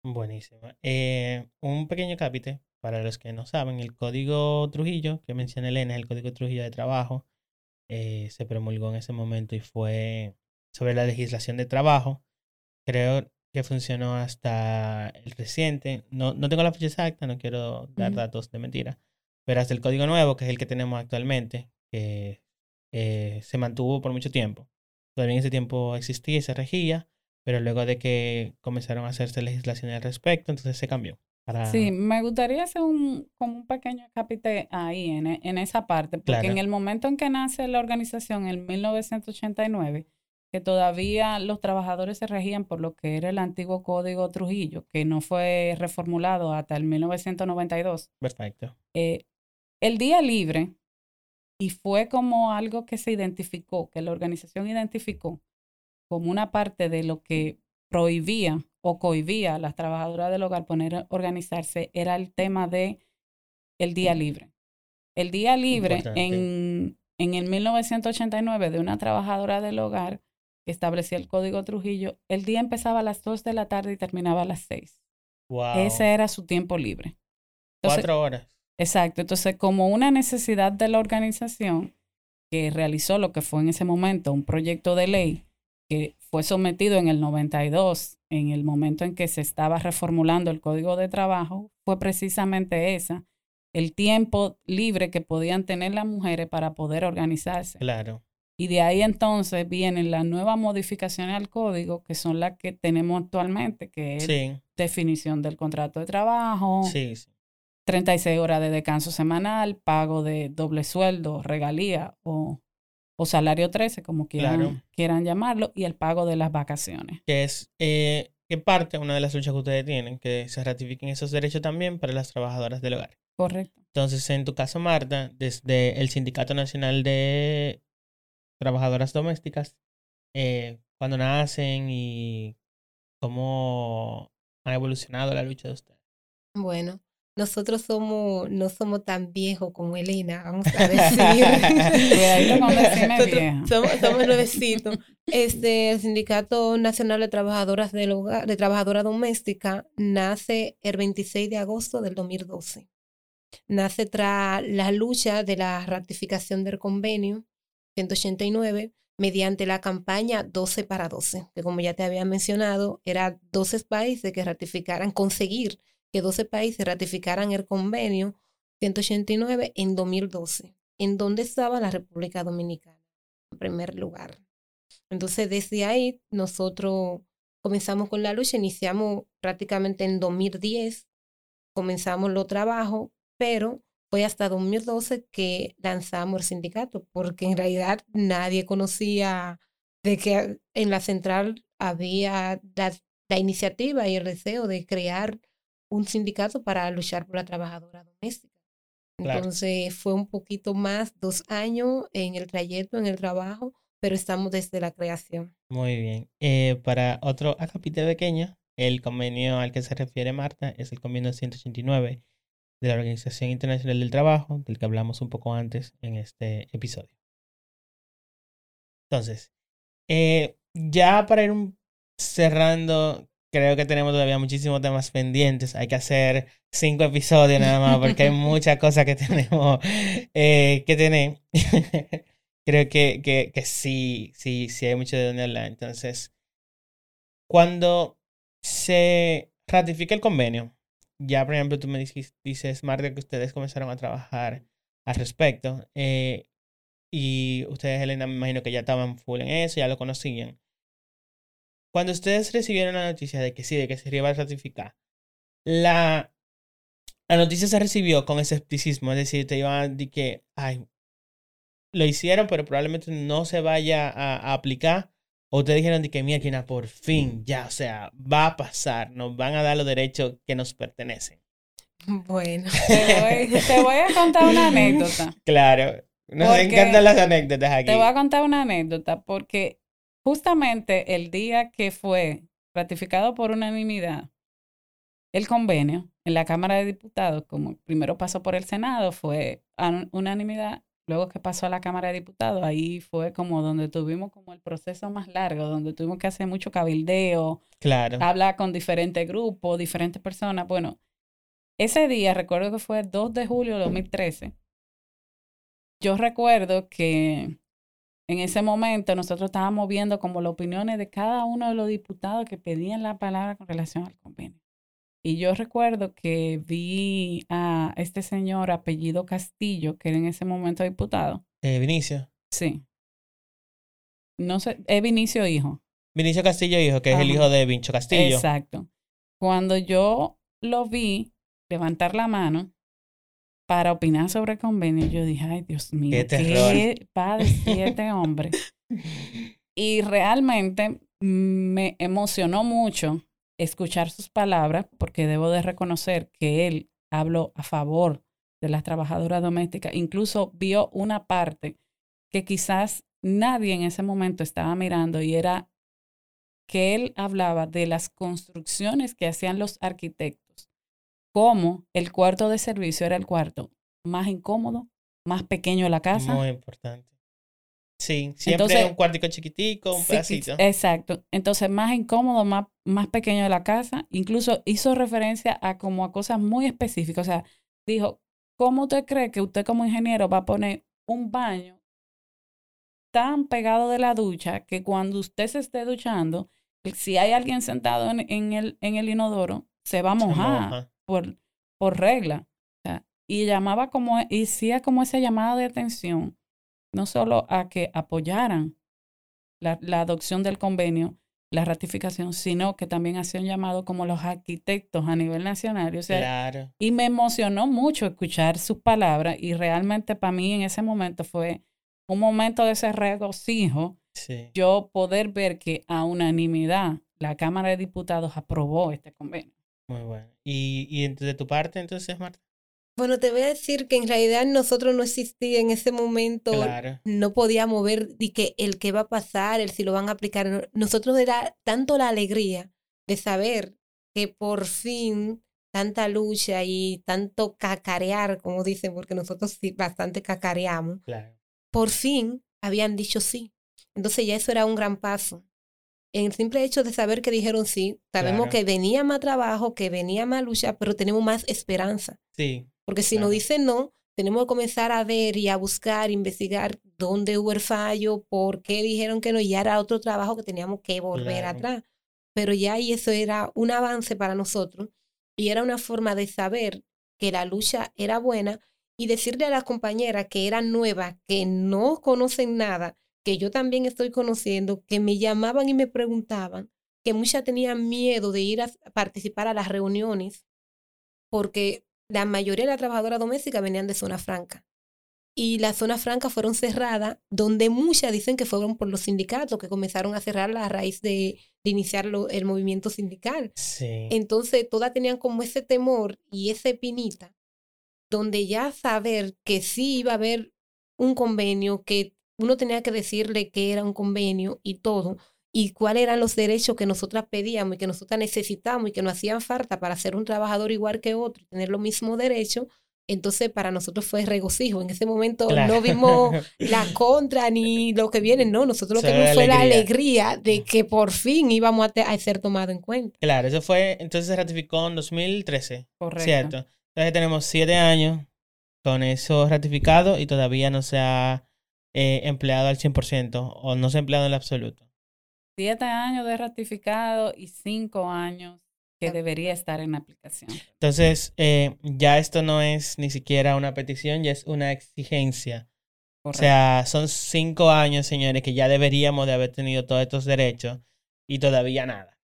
[SPEAKER 1] Buenísimo. Un pequeño cápite, para los que no saben, el Código Trujillo, que menciona Elena, el Código Trujillo de Trabajo, se promulgó en ese momento y fue sobre la legislación de trabajo. Creo que funcionó hasta el reciente. No tengo la fecha exacta, no quiero dar datos de mentira, pero hasta el Código Nuevo, que es el que tenemos actualmente, que se mantuvo por mucho tiempo. Todavía en ese tiempo existía y se regía, pero luego de que comenzaron a hacerse legislaciones al respecto, entonces se cambió.
[SPEAKER 2] Sí, me gustaría hacer como un pequeño capítulo ahí, en esa parte, porque
[SPEAKER 1] Claro.
[SPEAKER 2] en el momento en que nace la organización, en 1989, que todavía los trabajadores se regían por lo que era el antiguo Código Trujillo, que no fue reformulado hasta el 1992.
[SPEAKER 1] Perfecto.
[SPEAKER 2] El día libre, y fue como algo que se identificó, que la organización identificó como una parte de lo que prohibía o cohibía a las trabajadoras del hogar organizarse, era el tema de el día libre. El día libre en el 1989 de una trabajadora del hogar que establecía el Código Trujillo, el día empezaba a las 2 de la tarde y terminaba a las 6.
[SPEAKER 1] Wow.
[SPEAKER 2] Ese era su tiempo libre. Entonces,
[SPEAKER 1] 4 horas.
[SPEAKER 2] Exacto. Entonces, como una necesidad de la organización que realizó lo que fue en ese momento un proyecto de ley que fue sometido en el 92, en el momento en que se estaba reformulando el Código de Trabajo, fue precisamente esa, el tiempo libre que podían tener las mujeres para poder organizarse.
[SPEAKER 1] Claro.
[SPEAKER 2] Y de ahí entonces vienen las nuevas modificaciones al código, que son las que tenemos actualmente, que es definición del contrato de trabajo, 36 horas de descanso semanal, pago de doble sueldo, regalía o salario 13, como quieran llamarlo, y el pago de las vacaciones.
[SPEAKER 1] Que es que parte una de las luchas que ustedes tienen, que se ratifiquen esos derechos también para las trabajadoras del hogar.
[SPEAKER 2] Correcto.
[SPEAKER 1] Entonces, en tu caso, Marta, desde el Sindicato Nacional de Trabajadoras Domésticas, ¿cuándo nacen y cómo ha evolucionado la lucha de ustedes?
[SPEAKER 3] Bueno, nosotros no somos tan viejos como Elena, vamos a decir. Somos nuevecitos. El Sindicato Nacional de Trabajadoras del Hogar, de Trabajadora Doméstica, nace el 26 de agosto del 2012. Nace tras la lucha de la ratificación del convenio 189 mediante la campaña 12 para 12, que como ya te había mencionado, era 12 países que conseguir que 12 países ratificaran el convenio 189 en 2012, en donde estaba la República Dominicana, en primer lugar. Entonces, desde ahí, nosotros comenzamos con la lucha, iniciamos prácticamente en 2010, comenzamos los trabajos, pero fue hasta 2012 que lanzamos el sindicato, porque en realidad nadie conocía de que en la central había la iniciativa y el deseo de crear un sindicato para luchar por la trabajadora doméstica. Entonces fue un poquito más, 2 años en el trayecto, en el trabajo, pero estamos desde la creación.
[SPEAKER 1] Muy bien. Para otro acápite pequeño, el convenio al que se refiere Marta es el convenio 189 de la Organización Internacional del Trabajo, del que hablamos un poco antes en este episodio. Entonces, ya para ir cerrando, creo que tenemos todavía muchísimos temas pendientes. Hay que hacer 5 episodios nada más porque hay muchas cosas que tenemos que tener. Creo que sí hay mucho de dónde hablar. Entonces, cuando se ratifica el convenio, ya por ejemplo tú me dices, Marta, que ustedes comenzaron a trabajar al respecto. Y ustedes, Elena, me imagino que ya estaban full en eso, ya lo conocían. Cuando ustedes recibieron la noticia de que sí, de que se iba a ratificar, la noticia se recibió con escepticismo, es decir, te iban a decir que, ay, lo hicieron, pero probablemente no se vaya a aplicar. O ustedes dijeron de que, mira, por fin, ya, o sea, va a pasar, nos van a dar los derechos que nos pertenecen.
[SPEAKER 3] Bueno.
[SPEAKER 2] Te voy a contar una anécdota.
[SPEAKER 1] Claro, nos encantan las anécdotas aquí.
[SPEAKER 2] Te voy a contar una anécdota porque justamente el día que fue ratificado por unanimidad el convenio en la Cámara de Diputados, como primero pasó por el Senado, fue unanimidad, luego que pasó a la Cámara de Diputados, ahí fue como donde tuvimos como el proceso más largo, donde tuvimos que hacer mucho cabildeo,
[SPEAKER 1] Claro.
[SPEAKER 2] hablar con diferentes grupos, diferentes personas. Bueno, ese día, recuerdo que fue el 2 de julio de 2013, yo recuerdo que en ese momento nosotros estábamos viendo como las opiniones de cada uno de los diputados que pedían la palabra con relación al convenio. Y yo recuerdo que vi a este señor apellido Castillo, que era en ese momento diputado.
[SPEAKER 1] Vinicio.
[SPEAKER 2] Sí. No sé, es Vinicio hijo.
[SPEAKER 1] Vinicio Castillo hijo, que es
[SPEAKER 2] Ajá.
[SPEAKER 1] el hijo de Vincho Castillo.
[SPEAKER 2] Exacto. Cuando yo lo vi levantar la mano para opinar sobre el convenio, yo dije, ay, Dios mío,
[SPEAKER 1] Qué terror.
[SPEAKER 2] ¿qué va a decir este hombre? Y realmente me emocionó mucho escuchar sus palabras, porque debo de reconocer que él habló a favor de las trabajadoras domésticas. Incluso vio una parte que quizás nadie en ese momento estaba mirando, y era que él hablaba de las construcciones que hacían los arquitectos, como el cuarto de servicio era el cuarto más incómodo, más pequeño de la casa.
[SPEAKER 1] Muy importante. Sí, siempre
[SPEAKER 2] Entonces,
[SPEAKER 1] un cuartico chiquitico, un pedacito.
[SPEAKER 2] Exacto. Entonces, más incómodo, más pequeño de la casa. Incluso hizo referencia a como a cosas muy específicas. O sea, dijo, ¿cómo usted cree que usted como ingeniero va a poner un baño tan pegado de la ducha que cuando usted se esté duchando, si hay alguien sentado en el inodoro, se va a mojar por regla? O sea, y llamaba como, y hacía como esa llamada de atención, no solo a que apoyaran la adopción del convenio, la ratificación, sino que también hacía un llamado como los arquitectos a nivel nacional. O sea,
[SPEAKER 1] claro.
[SPEAKER 2] Y me emocionó mucho escuchar sus palabras, y realmente para mí en ese momento fue un momento de ese regocijo.
[SPEAKER 1] Sí.
[SPEAKER 2] Yo poder ver que a unanimidad la Cámara de Diputados aprobó este convenio.
[SPEAKER 1] Muy bueno. ¿Y de tu parte entonces, Marta?
[SPEAKER 3] Bueno, te voy a decir que en realidad nosotros no existía en ese momento,
[SPEAKER 1] Claro.
[SPEAKER 3] No podíamos ver de que el qué va a pasar, el si lo van a aplicar. Nosotros era tanto la alegría de saber que por fin tanta lucha y tanto cacarear, como dicen, porque nosotros sí bastante cacareamos,
[SPEAKER 1] Claro.
[SPEAKER 3] por fin habían dicho sí. Entonces ya eso era un gran paso. En el simple hecho de saber que dijeron sí, sabemos
[SPEAKER 1] Claro.
[SPEAKER 3] que venía más trabajo, que venía más lucha, pero tenemos más esperanza.
[SPEAKER 1] Sí.
[SPEAKER 3] Porque si nos dicen no, tenemos que comenzar a ver y a buscar, investigar dónde hubo el fallo, por qué dijeron que no, y ya era otro trabajo que teníamos que volver atrás. Pero ya y eso era un avance para nosotros, y era una forma de saber que la lucha era buena, y decirle a las compañeras que eran nuevas, que no conocen nada, que yo también estoy conociendo, que me llamaban y me preguntaban, que muchas tenían miedo de ir a participar a las reuniones, porque la mayoría de las trabajadoras domésticas venían de zona franca. Y las zonas francas fueron cerradas, donde muchas dicen que fueron por los sindicatos, que comenzaron a cerrarlas a raíz de iniciar el movimiento sindical.
[SPEAKER 1] Sí.
[SPEAKER 3] Entonces, todas tenían como ese temor y esa espinita, donde ya saber que sí iba a haber un convenio, que uno tenía que decirle que era un convenio y todo, y cuáles eran los derechos que nosotras pedíamos y que nosotras necesitamos y que nos hacían falta para ser un trabajador igual que otro, tener los mismos derechos. Entonces para nosotros fue regocijo. En ese momento no vimos la contra ni lo que viene, no, nosotros lo que vimos fue la alegría de que por fin íbamos a ser tomados en cuenta.
[SPEAKER 1] Claro, eso fue, entonces se ratificó en 2013.
[SPEAKER 2] Correcto.
[SPEAKER 1] Cierto. Entonces tenemos 7 años con eso ratificado y todavía no se ha empleado al 100% o no se ha empleado en lo absoluto.
[SPEAKER 2] 7 años de ratificado y 5 años que debería estar en aplicación.
[SPEAKER 1] Entonces, ya esto no es ni siquiera una petición, ya es una exigencia. Correcto. O sea, son 5 años, señores, que ya deberíamos de haber tenido todos estos derechos y todavía nada.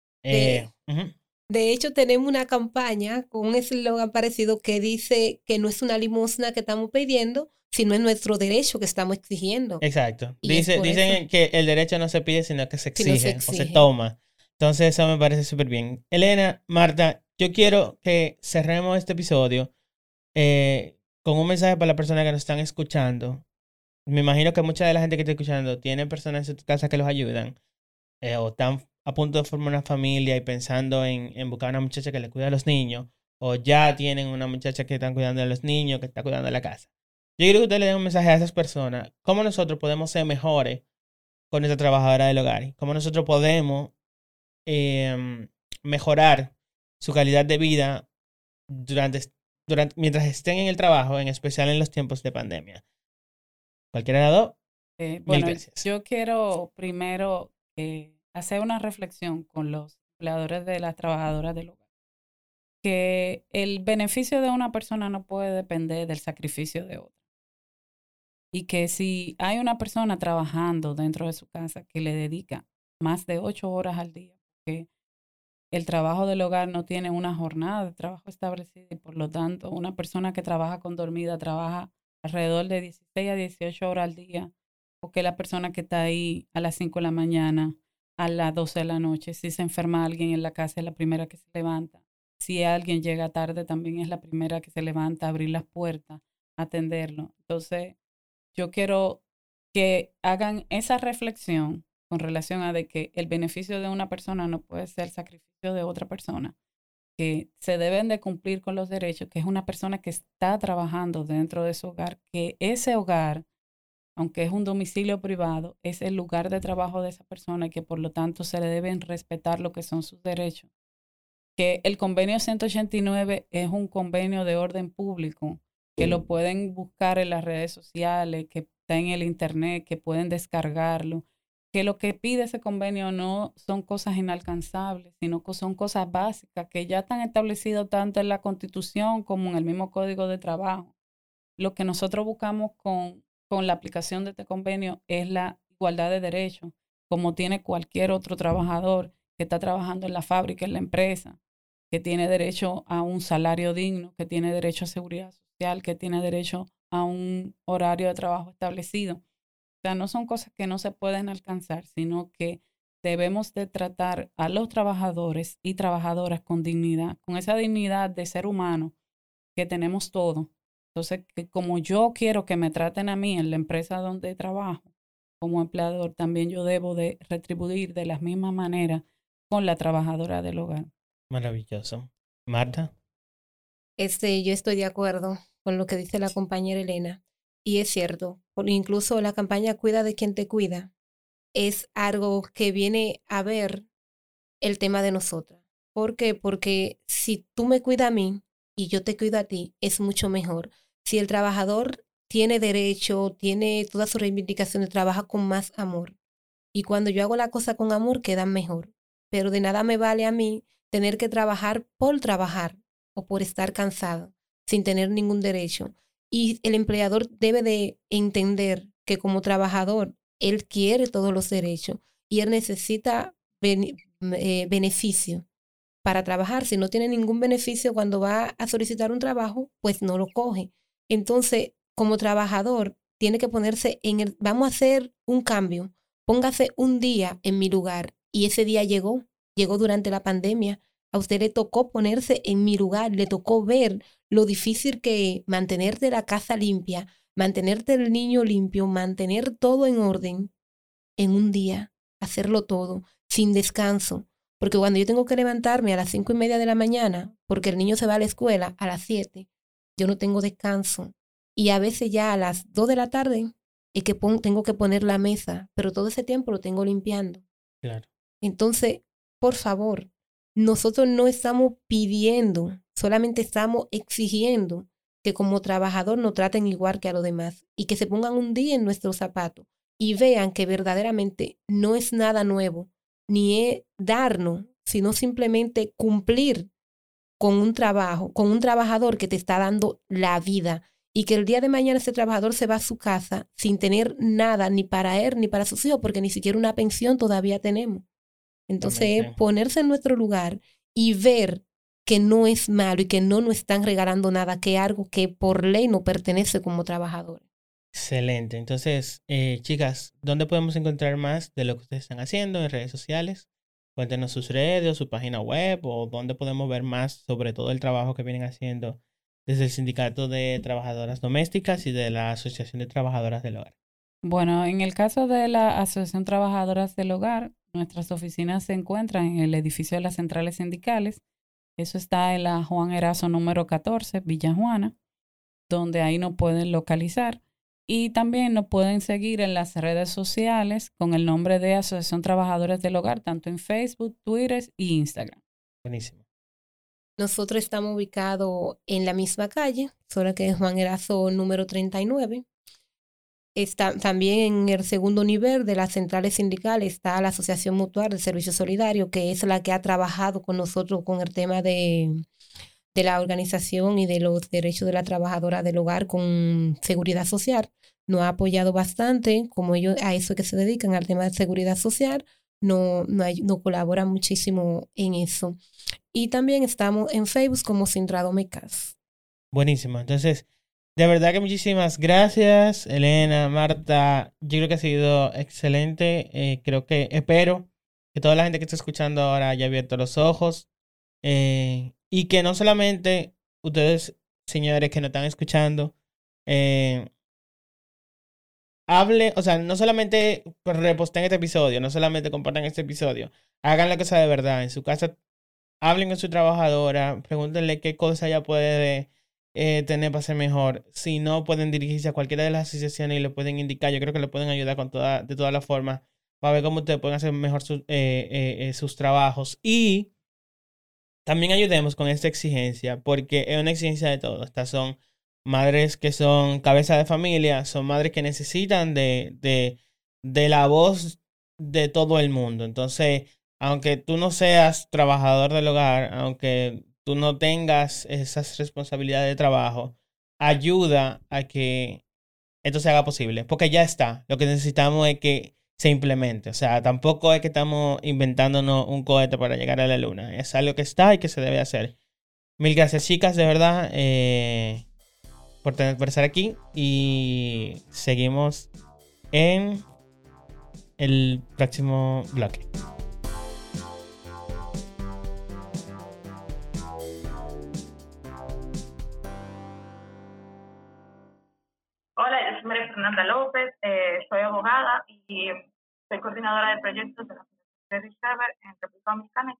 [SPEAKER 3] De hecho, tenemos una campaña con un eslogan parecido que dice que no es una limosna que estamos pidiendo, sino es nuestro derecho que estamos exigiendo.
[SPEAKER 1] Exacto. Dicen que el derecho no se pide, sino que se exige, o se toma. Entonces eso me parece súper bien. Elena, Marta, yo quiero que cerremos este episodio con un mensaje para las personas que nos están escuchando. Me imagino que mucha de la gente que está escuchando tiene personas en su casa que los ayudan o están a punto de formar una familia y pensando en buscar una muchacha que le cuide a los niños, o ya tienen una muchacha que están cuidando a los niños, que está cuidando de la casa. Yo quiero que usted le dé un mensaje a esas personas. ¿Cómo nosotros podemos ser mejores con nuestra trabajadora del hogar? ¿Cómo nosotros podemos mejorar su calidad de vida mientras estén en el trabajo, en especial en los tiempos de pandemia? Cualquiera de las dos. Mil
[SPEAKER 2] Bueno,
[SPEAKER 1] gracias.
[SPEAKER 2] yo quiero primero hacer una reflexión con los empleadores de las trabajadoras del hogar. Que el beneficio de una persona no puede depender del sacrificio de otra. Y que si hay una persona trabajando dentro de su casa que le dedica más de 8 horas al día, porque el trabajo del hogar no tiene una jornada de trabajo establecida y por lo tanto una persona que trabaja con dormida trabaja alrededor de 16 a 18 horas al día, porque la persona que está ahí a las 5 de la mañana, a las 12 de la noche, si se enferma alguien en la casa es la primera que se levanta. Si alguien llega tarde también es la primera que se levanta a abrir las puertas, a atenderlo. Entonces, yo quiero que hagan esa reflexión con relación a de que el beneficio de una persona no puede ser el sacrificio de otra persona, que se deben de cumplir con los derechos, que es una persona que está trabajando dentro de su hogar, que ese hogar, aunque es un domicilio privado, es el lugar de trabajo de esa persona y que por lo tanto se le deben respetar lo que son sus derechos. Que el convenio 189 es un convenio de orden público, que lo pueden buscar en las redes sociales, que está en el internet, que pueden descargarlo, que lo que pide ese convenio no son cosas inalcanzables, sino que son cosas básicas que ya están establecidas tanto en la Constitución como en el mismo Código de Trabajo. Lo que nosotros buscamos con la aplicación de este convenio es la igualdad de derechos, como tiene cualquier otro trabajador que está trabajando en la fábrica, en la empresa, que tiene derecho a un salario digno, que tiene derecho a seguridad social, que tiene derecho a un horario de trabajo establecido. O sea, no son cosas que no se pueden alcanzar, sino que debemos de tratar a los trabajadores y trabajadoras con dignidad, con esa dignidad de ser humano que tenemos todo. Entonces, que como yo quiero que me traten a mí en la empresa donde trabajo como empleador, también yo debo de retribuir de la misma manera con la trabajadora del hogar.
[SPEAKER 1] Maravilloso. Marta.
[SPEAKER 3] Yo estoy de acuerdo con lo que dice la compañera Elena. Y es cierto, incluso la campaña Cuida de quien te cuida es algo que viene a ver el tema de nosotras. ¿Por qué? Porque si tú me cuidas a mí y yo te cuido a ti, es mucho mejor. Si el trabajador tiene derecho, tiene todas sus reivindicaciones, trabaja con más amor. Y cuando yo hago la cosa con amor, quedan mejor. Pero de nada me vale a mí tener que trabajar o por estar cansado, sin tener ningún derecho. Y el empleador debe de entender que como trabajador, él quiere todos los derechos y él necesita beneficio para trabajar. Si no tiene ningún beneficio cuando va a solicitar un trabajo, pues no lo coge. Entonces, como trabajador, tiene que ponerse vamos a hacer un cambio. Póngase un día en mi lugar. Y ese día llegó durante la pandemia. A usted le tocó ponerse en mi lugar, le tocó ver lo difícil que es mantenerte la casa limpia, mantenerte el niño limpio, mantener todo en orden en un día, hacerlo todo, sin descanso. Porque cuando yo tengo que levantarme a las 5:30 de la mañana, porque el niño se va a la escuela a las 7, yo no tengo descanso. Y a veces ya a las 2 de la tarde es que tengo que poner la mesa, pero todo ese tiempo lo tengo limpiando.
[SPEAKER 1] Claro.
[SPEAKER 3] Entonces, por favor, nosotros no estamos pidiendo, solamente estamos exigiendo que como trabajador nos traten igual que a los demás y que se pongan un día en nuestros zapatos y vean que verdaderamente no es nada nuevo, ni es darnos, sino simplemente cumplir con un trabajo, con un trabajador que te está dando la vida y que el día de mañana ese trabajador se va a su casa sin tener nada ni para él ni para sus hijos, porque ni siquiera una pensión todavía tenemos. Entonces, ponerse en nuestro lugar y ver que no es malo y que no nos están regalando nada, que es algo que por ley nos pertenece como trabajadores.
[SPEAKER 1] Excelente. Entonces, chicas, ¿dónde podemos encontrar más de lo que ustedes están haciendo en redes sociales? Cuéntenos sus redes o su página web o dónde podemos ver más sobre todo el trabajo que vienen haciendo desde el Sindicato de Trabajadoras Domésticas y de la Asociación de Trabajadoras del Hogar.
[SPEAKER 2] Bueno, en el caso de la Asociación Trabajadoras del Hogar, nuestras oficinas se encuentran en el edificio de las centrales sindicales. Eso está en la Juan Erazo número 14, Villa Juana. donde ahí nos pueden localizar. Y también nos pueden seguir en las redes sociales con el nombre de Asociación Trabajadores del Hogar, tanto en Facebook, Twitter y Instagram.
[SPEAKER 1] Buenísimo.
[SPEAKER 3] Nosotros estamos ubicados en la misma calle, solo que es Juan Erazo número 39. Está, también en el segundo nivel de las centrales sindicales está la Asociación Mutual del Servicio Solidario, que es la que ha trabajado con nosotros con el tema de la organización y de los derechos de la trabajadora del hogar con seguridad social. Nos ha apoyado bastante, como ellos a eso que se dedican, al tema de seguridad social, no colaboran muchísimo en eso. Y también estamos en Facebook como Sindradome CAS.
[SPEAKER 1] Buenísimo. Entonces, de verdad que muchísimas gracias, Elena, Marta. Yo creo que ha sido excelente. Espero que toda la gente que está escuchando ahora haya abierto los ojos. Y que no solamente ustedes, señores que nos están escuchando, no solamente reposten este episodio, no solamente compartan este episodio, hagan la cosa de verdad. En su casa, hablen con su trabajadora, pregúntenle qué cosa ella puede tener para ser mejor. Si no, pueden dirigirse a cualquiera de las asociaciones y le pueden indicar. Yo creo que le pueden ayudar de todas las formas para ver cómo ustedes pueden hacer mejor sus trabajos. Y también ayudemos con esta exigencia, porque es una exigencia de todos. Estas son madres que son cabeza de familia, son madres que necesitan de la voz de todo el mundo. Entonces, aunque tú no seas trabajador del hogar, aunque tú no tengas esas responsabilidades de trabajo, ayuda a que esto se haga posible, porque ya está. Lo que necesitamos es que se implemente. O sea, tampoco es que estamos inventándonos un cohete para llegar a la luna. Es algo que está y que se debe hacer. Mil gracias, chicas, de verdad, por estar aquí. Y seguimos en el próximo bloque.
[SPEAKER 4] Hola, yo soy María Fernanda López, soy abogada y soy coordinadora de proyectos de la Fundación Discover en República Dominicana.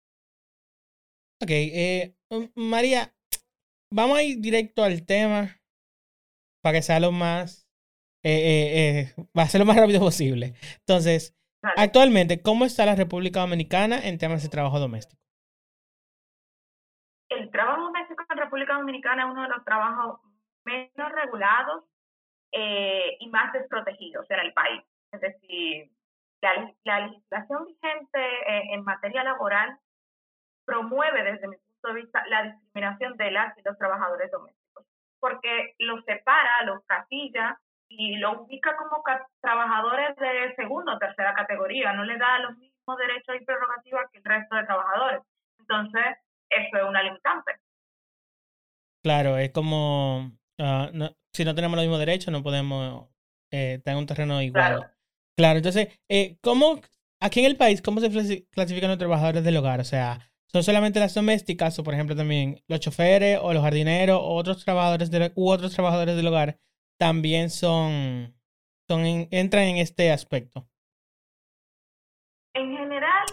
[SPEAKER 1] Ok, María, vamos a ir directo al tema para que sea lo más, va a ser lo más rápido posible. Entonces,
[SPEAKER 4] Vale.
[SPEAKER 1] actualmente, ¿cómo está la República Dominicana en temas de trabajo doméstico?
[SPEAKER 4] El trabajo doméstico en República Dominicana es uno de los trabajos menos regulados y más desprotegidos en el país. Es decir, la legislación vigente en materia laboral promueve desde mi punto de vista la discriminación de las y los trabajadores domésticos, porque los separa, los casilla y los ubica como trabajadores de segunda o tercera categoría, no les da los mismos derechos y prerrogativas que el resto de trabajadores. Entonces, eso es una limitante.
[SPEAKER 1] Claro, es como, si no tenemos los mismos derechos, no podemos estar en un terreno igual. Claro, entonces, aquí en el país, ¿cómo se clasifican los trabajadores del hogar? O sea, ¿son solamente las domésticas o, por ejemplo, también los choferes o los jardineros o otros trabajadores del hogar también entran en este aspecto?
[SPEAKER 4] En general,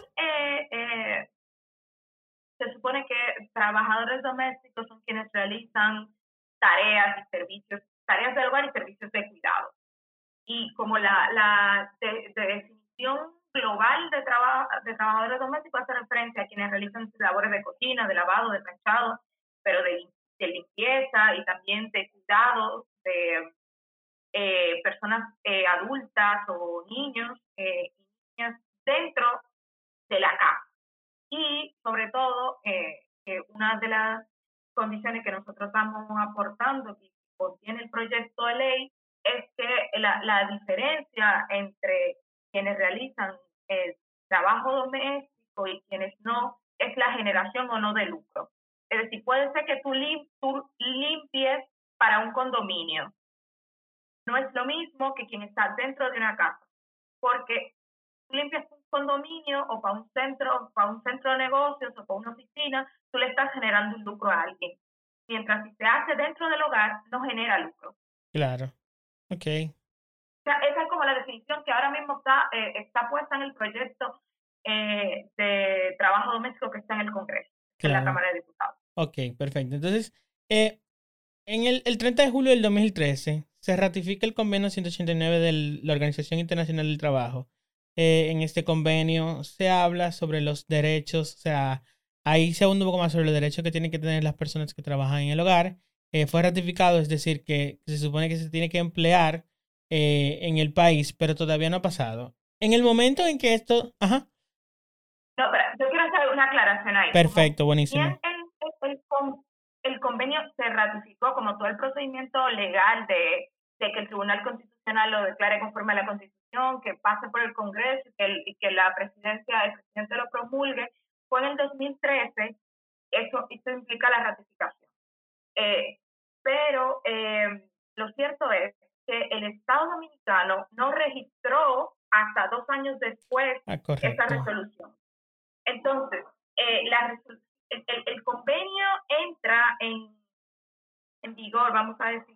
[SPEAKER 4] se supone que trabajadores domésticos son quienes realizan tareas y servicios, tareas del hogar y servicios de cuidado. Y como la definición global de trabajadores domésticos hace referencia a quienes realizan labores de cocina, de lavado, de planchado, pero de limpieza y también de cuidado de personas adultas o niños y niñas dentro de la casa. Y sobre todo, una de las condiciones que nosotros estamos aportando y contiene el proyecto de ley es que la diferencia entre quienes realizan el trabajo doméstico y quienes no es la generación o no de lucro. Es decir, puede ser que tú limpies para un condominio. No es lo mismo que quien está dentro de una casa, porque tú limpias un condominio o para un centro de negocios o para una oficina, tú le estás generando un lucro a alguien. Mientras si se hace dentro del hogar, no genera lucro.
[SPEAKER 1] Claro. Ok.
[SPEAKER 4] O sea, esa es como la definición que ahora mismo está puesta en el proyecto de trabajo doméstico que está en el Congreso, claro, en la Cámara de Diputados.
[SPEAKER 1] Ok, perfecto. Entonces, el 30 de julio del 2013 se ratifica el convenio 189 de la Organización Internacional del Trabajo. En este convenio se habla sobre los derechos, o sea, ahí se abunda un poco más sobre los derechos que tienen que tener las personas que trabajan en el hogar. Fue ratificado, es decir, que se supone que se tiene que emplear en el país, pero todavía no ha pasado. En el momento en que esto... Ajá,
[SPEAKER 4] No, pero yo quiero hacer una aclaración ahí.
[SPEAKER 1] perfecto,
[SPEAKER 4] Bien,
[SPEAKER 1] buenísimo.
[SPEAKER 4] el convenio se ratificó como todo el procedimiento legal de que el Tribunal Constitucional lo declare conforme a la Constitución, que pase por el Congreso y que la presidencia, el presidente lo promulgue, fue en el 2013. Eso implica la ratificación. Pero lo cierto es que el Estado Dominicano no registró hasta 2 años después esa
[SPEAKER 1] Correcto.
[SPEAKER 4] resolución. Entonces, el convenio entra en vigor, vamos a decir,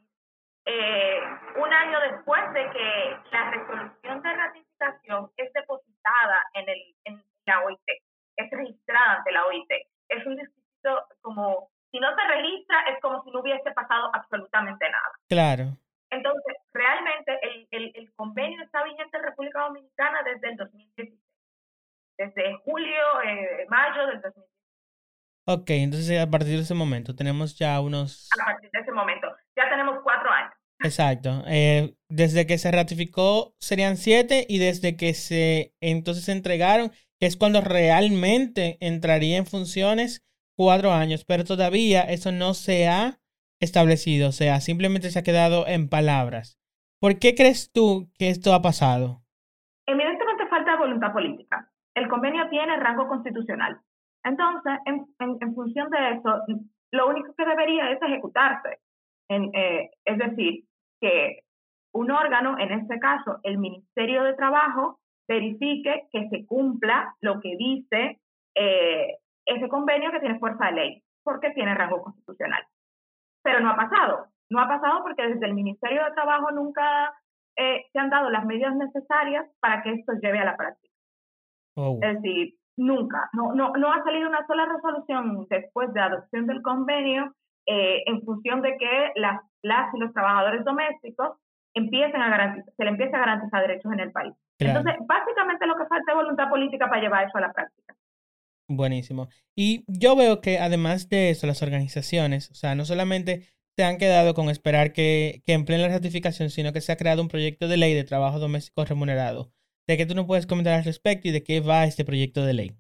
[SPEAKER 4] 1 año después de que la resolución de ratificación es depositada en la OIT, es registrada ante la OIT. Es un discurso como, si no se registra, es como si no hubiese pasado absolutamente nada.
[SPEAKER 1] Claro.
[SPEAKER 4] Entonces, realmente el convenio está vigente en República Dominicana desde el 2016. Desde julio, mayo del 2016.
[SPEAKER 1] Ok, entonces a partir de ese momento tenemos ya unos...
[SPEAKER 4] A partir de ese momento, ya tenemos 4 años.
[SPEAKER 1] Exacto. Desde que se ratificó serían 7 y desde que se entonces entregaron, que es cuando realmente entraría en funciones, 4 años. Pero todavía eso no se ha establecido, o sea, simplemente se ha quedado en palabras. ¿Por qué crees tú que esto ha pasado?
[SPEAKER 4] Evidentemente falta voluntad política. El convenio tiene rango constitucional. Entonces, en función de eso, lo único que debería es ejecutarse. Es decir, que un órgano, en este caso el Ministerio de Trabajo, verifique que se cumpla lo que dice ese convenio que tiene fuerza de ley, porque tiene rango constitucional. Pero no ha pasado. No ha pasado porque desde el Ministerio de Trabajo nunca se han dado las medidas necesarias para que esto lleve a la práctica.
[SPEAKER 1] Oh.
[SPEAKER 4] Es decir, nunca. No ha salido una sola resolución después de adopción del convenio en función de que las y los trabajadores domésticos se le empiece a garantizar derechos en el país.
[SPEAKER 1] Claro.
[SPEAKER 4] Entonces, básicamente lo que falta es voluntad política para llevar eso a la práctica.
[SPEAKER 1] Buenísimo. Y yo veo que además de eso, las organizaciones, o sea, no solamente se han quedado con esperar que empleen la ratificación, sino que se ha creado un proyecto de ley de trabajo doméstico remunerado. ¿De qué tú nos puedes comentar al respecto y de qué va este proyecto de ley?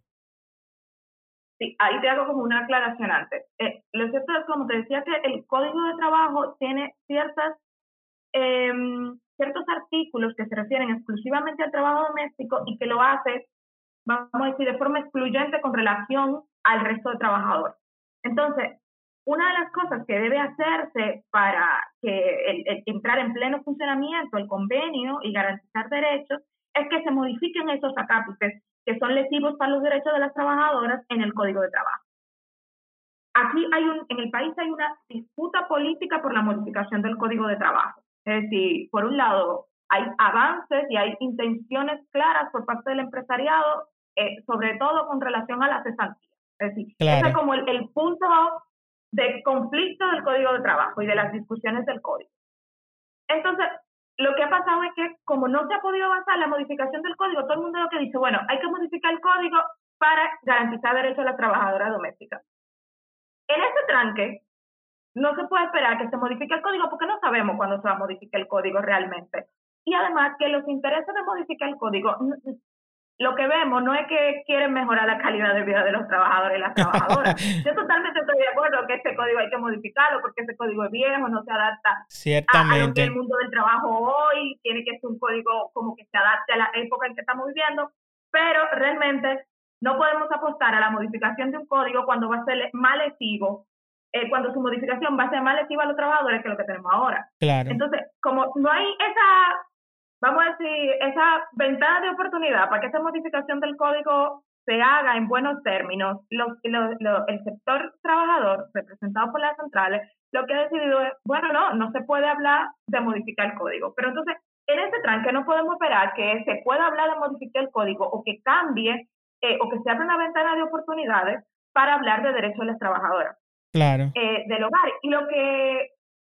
[SPEAKER 4] Sí, ahí te hago como una aclaración antes. Lo cierto es, como te decía, que el Código de Trabajo tiene ciertos artículos que se refieren exclusivamente al trabajo doméstico y que lo hace, vamos a decir, de forma excluyente con relación al resto de trabajadores. Entonces, una de las cosas que debe hacerse para que entrar en pleno funcionamiento el convenio y garantizar derechos es que se modifiquen esos acápites que son lesivos para los derechos de las trabajadoras en el Código de Trabajo. Aquí en el país hay una disputa política por la modificación del Código de Trabajo. Es decir, por un lado, hay avances y hay intenciones claras por parte del empresariado, sobre todo con relación a la cesantía. Es decir,
[SPEAKER 1] claro.
[SPEAKER 4] Ese es como el punto de conflicto del Código de Trabajo y de las discusiones del Código. Entonces, lo que ha pasado es que como no se ha podido avanzar la modificación del código, todo el mundo lo que dice, bueno, hay que modificar el código para garantizar derechos a las trabajadoras domésticas. En ese tranque, no se puede esperar que se modifique el código porque no sabemos cuándo se va a modificar el código realmente. Y además que los intereses de modificar el código, lo que vemos no es que quieren mejorar la calidad de vida de los trabajadores y las trabajadoras. Yo totalmente estoy de acuerdo que este código hay que modificarlo porque ese código es viejo, no se adapta a lo que es el mundo del trabajo hoy, tiene que ser un código como que se adapte a la época en que estamos viviendo, pero realmente no podemos apostar a la modificación de un código cuando va a ser más lesivo, cuando su modificación va a ser más lesiva a los trabajadores que lo que tenemos ahora.
[SPEAKER 1] Claro.
[SPEAKER 4] Entonces, como no hay esa, vamos a decir, esa ventana de oportunidad para que esa modificación del código se haga en buenos términos, el sector trabajador, representado por las centrales, lo que ha decidido es, bueno, no se puede hablar de modificar el código. Pero entonces, en ese tranque no podemos esperar que se pueda hablar de modificar el código o que cambie o que se abra una ventana de oportunidades para hablar de derechos de las trabajadoras.
[SPEAKER 1] Claro.
[SPEAKER 4] Del hogar. Y lo que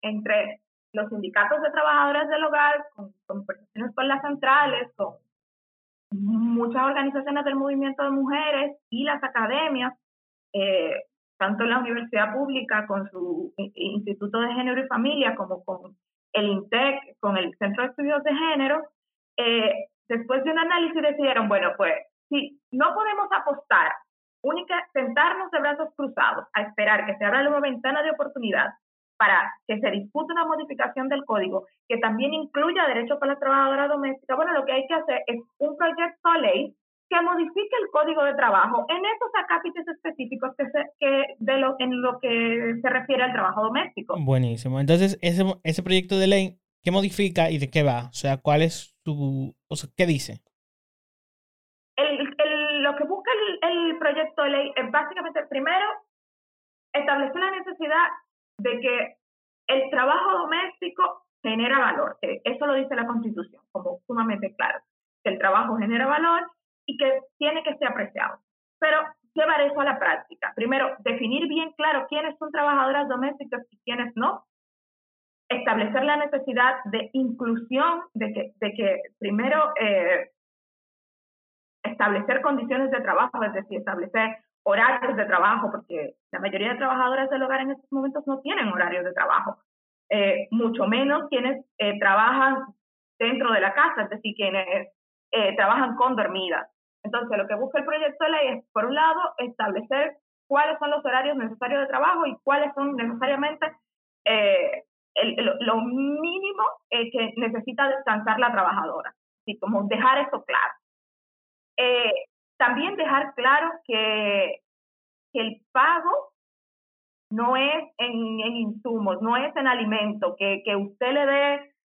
[SPEAKER 4] entre los sindicatos de trabajadoras del hogar, con conversaciones con las centrales, con muchas organizaciones del movimiento de mujeres y las academias, tanto en la universidad pública con su Instituto de Género y Familia como con el INTEC, con el Centro de Estudios de Género, después de un análisis decidieron, bueno, pues si no podemos apostar, sentarnos de brazos cruzados a esperar que se abra una ventana de oportunidad para que se discute una modificación del código que también incluya derechos para las trabajadoras domésticas, bueno, lo que hay que hacer es un proyecto de ley que modifique el código de trabajo en esos acápites específicos en lo que se refiere al trabajo doméstico.
[SPEAKER 1] Buenísimo. Entonces, ese proyecto de ley, ¿qué modifica y de qué va? O sea, ¿cuál es qué dice?
[SPEAKER 4] Lo que busca el proyecto de ley es básicamente, primero, establecer la necesidad de que el trabajo doméstico genera valor. Eso lo dice la Constitución, como sumamente claro. Que el trabajo genera valor y que tiene que ser apreciado. Pero llevar eso a la práctica. Primero, definir bien claro quiénes son trabajadoras domésticas y quiénes no. Establecer la necesidad de inclusión, de que primero establecer condiciones de trabajo, es decir, establecer horarios de trabajo, porque la mayoría de trabajadoras del hogar en estos momentos no tienen horarios de trabajo, mucho menos quienes trabajan dentro de la casa, es decir, quienes trabajan con dormidas. Entonces, lo que busca el proyecto de ley es, por un lado, establecer cuáles son los horarios necesarios de trabajo y cuáles son necesariamente lo mínimo que necesita descansar la trabajadora. Así como dejar eso claro. También dejar claro que el pago no es en insumos, no es en alimentos, que usted le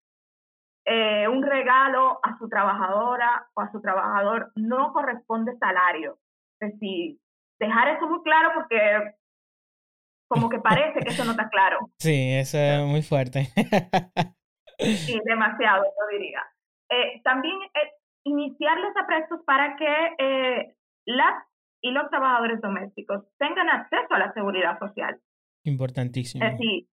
[SPEAKER 4] dé un regalo a su trabajadora o a su trabajador no corresponde salario. Es decir, dejar eso muy claro porque como que parece que eso no está claro.
[SPEAKER 1] Sí, eso es muy fuerte.
[SPEAKER 4] Sí, demasiado, yo diría. También iniciar los aprestos para que las y los trabajadores domésticos tengan acceso a la seguridad social.
[SPEAKER 1] Importantísimo.
[SPEAKER 4] Es decir,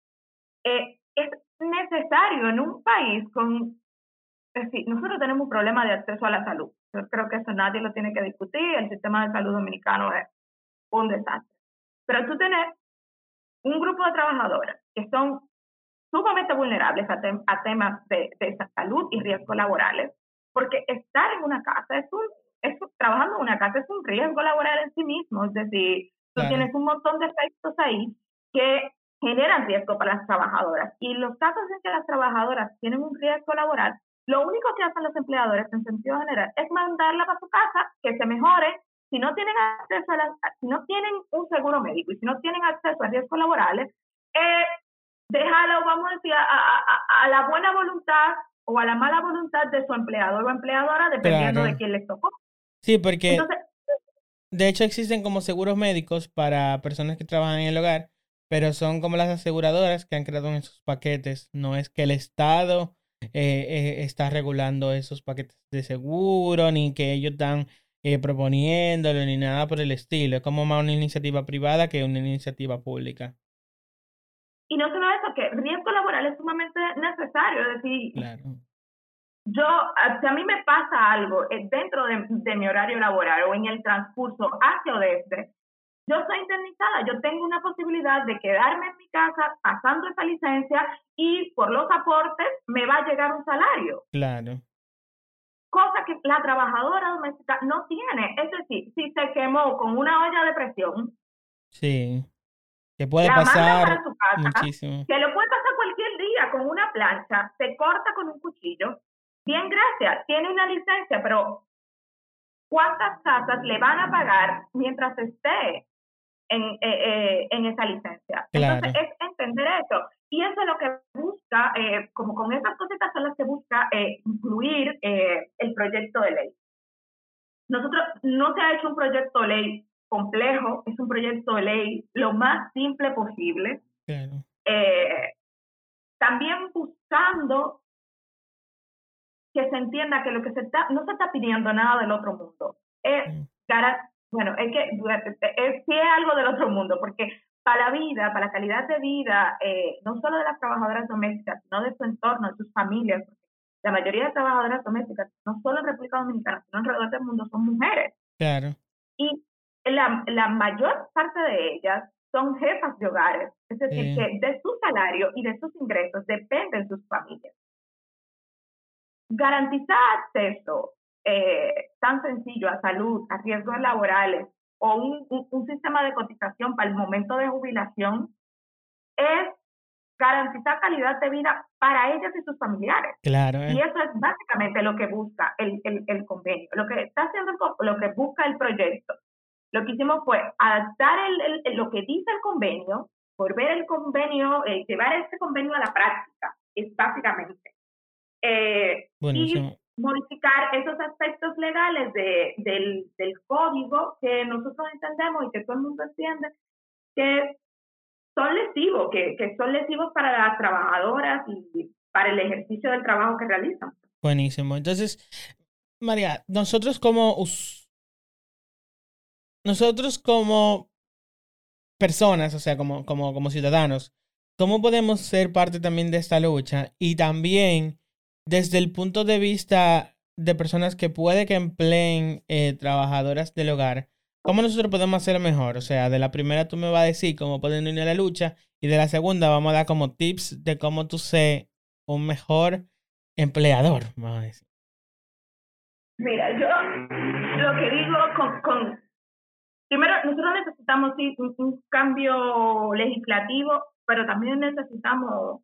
[SPEAKER 4] es necesario en un país es decir, nosotros tenemos un problema de acceso a la salud. Yo creo que eso nadie lo tiene que discutir. El sistema de salud dominicano es un desastre. Pero tú tenés un grupo de trabajadoras que son sumamente vulnerables a temas de salud y riesgos laborales, porque estar en una casa trabajando en una casa es un riesgo laboral en sí mismo. Es decir, tú tienes un montón de efectos ahí que generan riesgo para las trabajadoras. Y los casos en que las trabajadoras tienen un riesgo laboral, lo único que hacen los empleadores en sentido general es mandarla para su casa, que se mejore. Si no tienen acceso si no tienen un seguro médico y si no tienen acceso a riesgos laborales, déjalo, vamos a decir, a la buena voluntad o a la mala voluntad de su empleador o empleadora, dependiendo de quién les tocó.
[SPEAKER 1] Sí, porque entonces, de hecho existen como seguros médicos para personas que trabajan en el hogar, pero son como las aseguradoras que han creado en esos paquetes. No es que el Estado está regulando esos paquetes de seguro, ni que ellos están proponiéndolo, ni nada por el estilo. Es como más una iniciativa privada que una iniciativa pública.
[SPEAKER 4] Y no solo eso, que el riesgo laboral es sumamente necesario. Es decir,
[SPEAKER 1] claro.
[SPEAKER 4] Si a mí me pasa algo dentro de mi horario laboral o en el transcurso hacia o desde, yo soy indemnizada. Yo tengo una posibilidad de quedarme en mi casa pasando esa licencia y por los aportes me va a llegar un salario.
[SPEAKER 1] Claro.
[SPEAKER 4] Cosa que la trabajadora doméstica no tiene. Es decir, si se quemó con una olla de presión,
[SPEAKER 1] sí, que puede pasar
[SPEAKER 4] para su casa,
[SPEAKER 1] muchísimo.
[SPEAKER 4] Que lo puede pasar cualquier día con una plancha, se corta con un cuchillo. Bien, gracias, tiene una licencia, pero ¿cuántas casas le van a pagar mientras esté en esa licencia?
[SPEAKER 1] Claro.
[SPEAKER 4] Entonces, es entender eso. Y eso es lo que busca, como con esas cositas son las que busca incluir el proyecto de ley. Nosotros no se ha hecho un proyecto de ley complejo, es un proyecto de ley lo más simple posible.
[SPEAKER 1] Claro.
[SPEAKER 4] También buscando que se entienda que lo que no se está pidiendo nada del otro mundo. Bueno, es que sí es algo del otro mundo, porque para la vida, para la calidad de vida, no solo de las trabajadoras domésticas, sino de su entorno, de sus familias. La mayoría de trabajadoras domésticas, no solo en República Dominicana, sino alrededor del mundo, son mujeres.
[SPEAKER 1] Claro.
[SPEAKER 4] Y la mayor parte de ellas son jefas de hogares. Es decir, que de su salario y de sus ingresos dependen sus familias. Garantizar acceso tan sencillo a salud, a riesgos laborales o un sistema de cotización para el momento de jubilación es garantizar calidad de vida para ellas y sus familiares.
[SPEAKER 1] Claro.
[SPEAKER 4] Y eso es básicamente lo que busca el convenio, lo que está haciendo, lo que busca el proyecto. Lo que hicimos fue adaptar lo que dice el convenio, volver el convenio, llevar este convenio a la práctica, es básicamente. Y modificar esos aspectos legales del código que nosotros entendemos y que todo el mundo entiende que son lesivos, que son lesivos para las trabajadoras y para el ejercicio del trabajo que realizan.
[SPEAKER 1] Buenísimo. Entonces, María, nosotros como personas, o sea, como ciudadanos, ¿cómo podemos ser parte también de esta lucha? Y también desde el punto de vista de personas que puede que empleen trabajadoras del hogar, ¿cómo nosotros podemos hacerlo mejor? O sea, de la primera tú me vas a decir cómo pueden unir a la lucha y de la segunda vamos a dar como tips de cómo tú ser un mejor empleador, vamos a decir.
[SPEAKER 4] Mira, yo lo que digo primero, nosotros necesitamos sí, un cambio legislativo, pero también necesitamos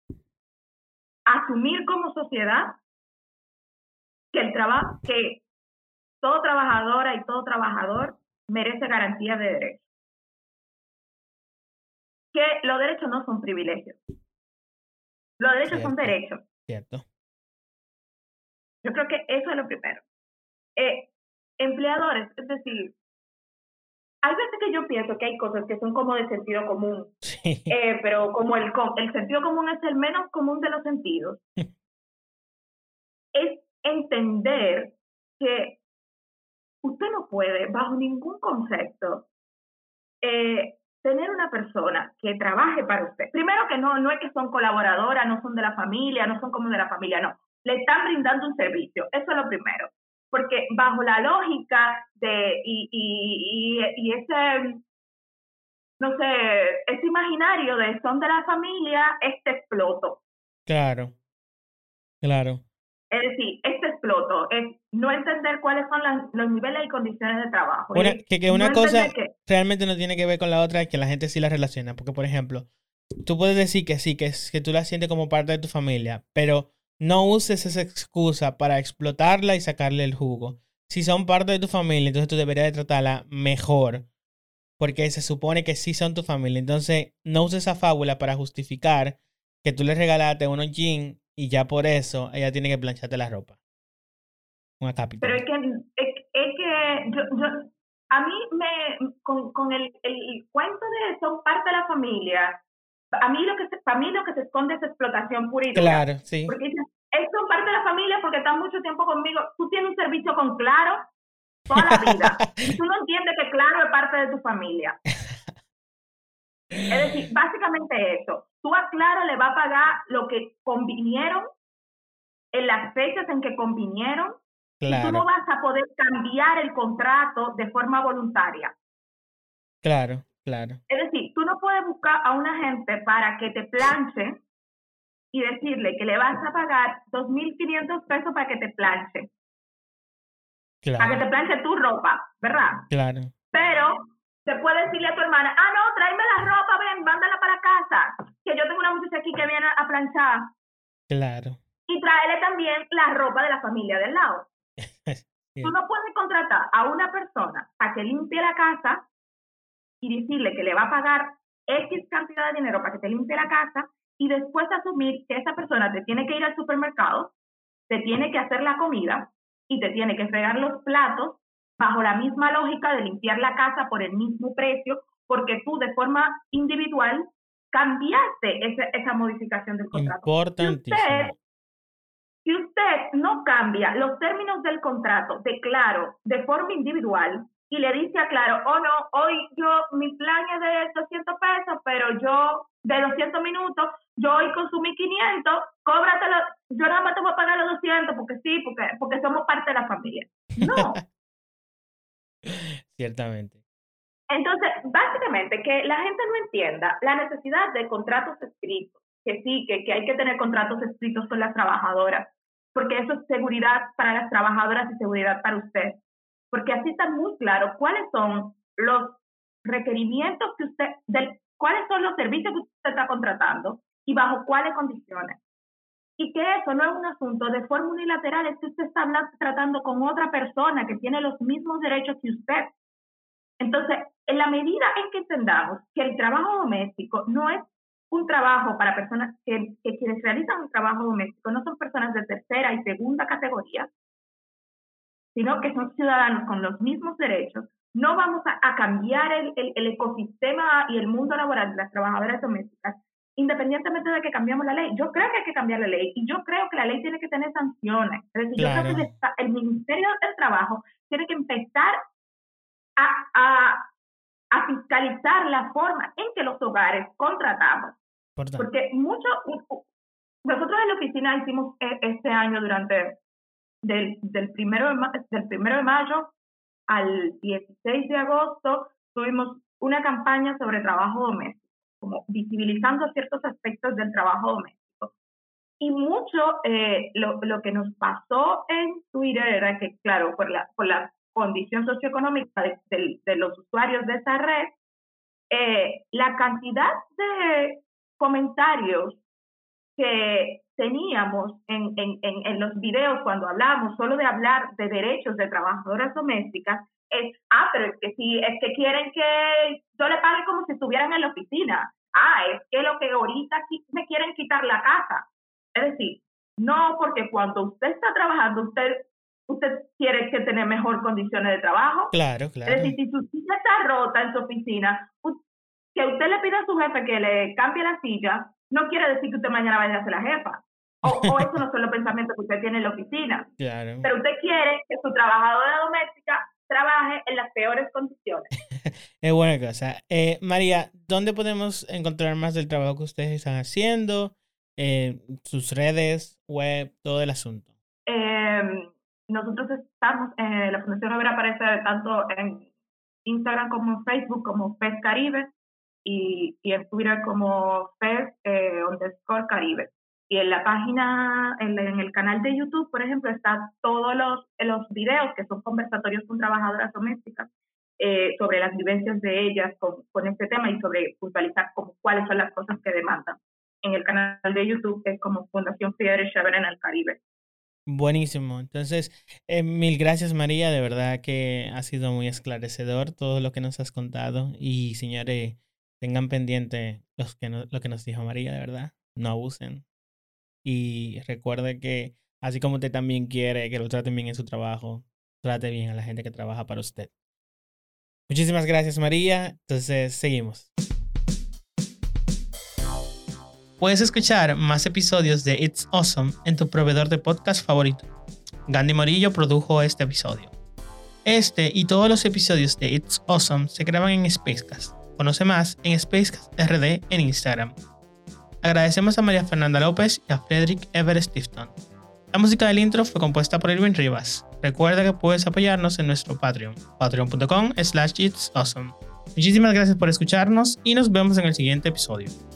[SPEAKER 4] asumir como sociedad que todo trabajadora y todo trabajador merece garantías de derechos. Que los derechos no son privilegios. Los derechos son derechos.
[SPEAKER 1] Cierto.
[SPEAKER 4] Yo creo que eso es lo primero. Empleadores, es decir, hay veces que yo pienso que hay cosas que son como de sentido común,
[SPEAKER 1] sí.
[SPEAKER 4] Pero como el sentido común es el menos común de los sentidos, es entender que usted no puede, bajo ningún concepto, tener una persona que trabaje para usted. Primero que no es que son colaboradoras, no son de la familia, no son como de la familia, no. Le están brindando un servicio, eso es lo primero. Porque bajo la lógica y ese, no sé, ese imaginario de son de la familia, exploto.
[SPEAKER 1] Claro.
[SPEAKER 4] Es decir, exploto es no entender cuáles son los niveles y condiciones de trabajo.
[SPEAKER 1] Que una cosa realmente no tiene que ver con la otra, es que la gente sí la relaciona. Porque, por ejemplo, tú puedes decir que sí, que tú la sientes como parte de tu familia, pero no uses esa excusa para explotarla y sacarle el jugo. Si son parte de tu familia, entonces tú deberías de tratarla mejor, porque se supone que sí son tu familia. Entonces, no uses esa fábula para justificar que tú le regalaste unos jeans y ya por eso ella tiene que plancharte la ropa. Una capita.
[SPEAKER 4] Pero es que yo a mí con el cuento de son parte de la familia, para mí lo que se esconde es explotación pura y dura.
[SPEAKER 1] Claro, sí.
[SPEAKER 4] Porque dicen, son parte de la familia porque están mucho tiempo conmigo. Tú tienes un servicio con Claro toda la vida. Y tú no entiendes que Claro es parte de tu familia. Es decir, básicamente eso. Tú a Claro le vas a pagar lo que convinieron en las fechas en que convinieron.
[SPEAKER 1] Claro.
[SPEAKER 4] Y tú no vas a poder cambiar el contrato de forma voluntaria.
[SPEAKER 1] Claro.
[SPEAKER 4] Es decir, tú no puedes buscar a una gente para que te planche y decirle que le vas a pagar 2.500 pesos para que te planche.
[SPEAKER 1] Claro.
[SPEAKER 4] Para que te planche tu ropa, ¿verdad?
[SPEAKER 1] Claro.
[SPEAKER 4] Pero te puedes decirle a tu hermana, no, tráeme la ropa, ven, mándala para casa, que yo tengo una muchacha aquí que viene a planchar.
[SPEAKER 1] Claro.
[SPEAKER 4] Y tráele también la ropa de la familia del lado. Sí. Tú no puedes contratar a una persona para que limpie la casa y decirle que le va a pagar X cantidad de dinero para que te limpie la casa y después asumir que esa persona te tiene que ir al supermercado, te tiene que hacer la comida y te tiene que fregar los platos bajo la misma lógica de limpiar la casa por el mismo precio, porque tú de forma individual cambiaste esa modificación del contrato.
[SPEAKER 1] Importantísimo.
[SPEAKER 4] Si usted no cambia los términos del contrato de Claro de forma individual, y le dice a Claro, oh no, hoy mi plan es de 200 pesos, pero yo de 200 minutos, yo hoy consumí 500, cóbratelo, yo nada más te voy a pagar los 200 porque sí, porque somos parte de la familia. No.
[SPEAKER 1] Ciertamente.
[SPEAKER 4] Entonces, básicamente, que la gente no entienda la necesidad de contratos escritos, que sí, que hay que tener contratos escritos con las trabajadoras, porque eso es seguridad para las trabajadoras y seguridad para usted, porque así está muy claro cuáles son los requerimientos que cuáles son los servicios que usted está contratando y bajo cuáles condiciones. Y que eso no es un asunto de forma unilateral, es que usted está tratando con otra persona que tiene los mismos derechos que usted. Entonces, en la medida en que entendamos que el trabajo doméstico no es un trabajo para personas que quienes realizan un trabajo doméstico no son personas de tercera y segunda categoría, sino que son ciudadanos con los mismos derechos, no vamos a cambiar el ecosistema y el mundo laboral de las trabajadoras domésticas, independientemente de que cambiamos la ley. Yo creo que hay que cambiar la ley y yo creo que la ley tiene que tener sanciones. Es decir,
[SPEAKER 1] Claro.
[SPEAKER 4] Yo creo que el Ministerio del Trabajo tiene que empezar a fiscalizar la forma en que los hogares contratamos.
[SPEAKER 1] Importante.
[SPEAKER 4] Porque nosotros en la oficina hicimos este año durante del 1 de mayo al 16 de agosto, tuvimos una campaña sobre trabajo doméstico, como visibilizando ciertos aspectos del trabajo doméstico. Y mucho lo que nos pasó en Twitter era que, claro, por la condición socioeconómica de los usuarios de esa red, la cantidad de comentarios que teníamos en los videos cuando hablamos solo de hablar de derechos de trabajadoras domésticas es, pero es que sí, es que quieren que yo le pague como si estuvieran en la oficina. Es que lo que ahorita me quieren quitar la casa. Es decir, no, porque cuando usted está trabajando, usted quiere que tener mejor condiciones de trabajo.
[SPEAKER 1] Claro.
[SPEAKER 4] Es decir, si su silla está rota en su oficina, que usted le pida a su jefe que le cambie la silla, no quiere decir que usted mañana vaya a ser la jefa. O eso no son los pensamientos que usted tiene en la oficina.
[SPEAKER 1] Claro.
[SPEAKER 4] Pero usted quiere que su trabajadora doméstica trabaje en las peores condiciones.
[SPEAKER 1] Es buena cosa. María, ¿dónde podemos encontrar más del trabajo que ustedes están haciendo? Sus redes, web, todo el asunto.
[SPEAKER 4] Nosotros estamos, la Fundación Obrera aparece tanto en Instagram como en Facebook como FES Caribe y en Twitter como FES_Caribe. Y en la página, en el canal de YouTube, por ejemplo, están todos los videos que son conversatorios con trabajadoras domésticas sobre las vivencias de ellas con este tema y sobre puntualizar cuáles son las cosas que demandan. En el canal de YouTube es como Fundación Friedrich Ebert en el Caribe.
[SPEAKER 1] Buenísimo. Entonces, mil gracias, María. De verdad que ha sido muy esclarecedor todo lo que nos has contado. Y, señores, tengan pendiente lo que nos dijo María, de verdad. No abusen. Y recuerde que, así como usted también quiere que lo traten bien en su trabajo, trate bien a la gente que trabaja para usted. Muchísimas gracias, María. Entonces, seguimos. Puedes escuchar más episodios de It's Awesome en tu proveedor de podcast favorito. Gandhi Morillo produjo este episodio. Este y todos los episodios de It's Awesome se graban en Spacecast. Conoce más en Spacecast RD en Instagram. Agradecemos a María Fernanda López y a Frederick Everett Stifton. La música del intro fue compuesta por Irwin Rivas. Recuerda que puedes apoyarnos en nuestro Patreon, patreon.com/itsawesome. Muchísimas gracias por escucharnos y nos vemos en el siguiente episodio.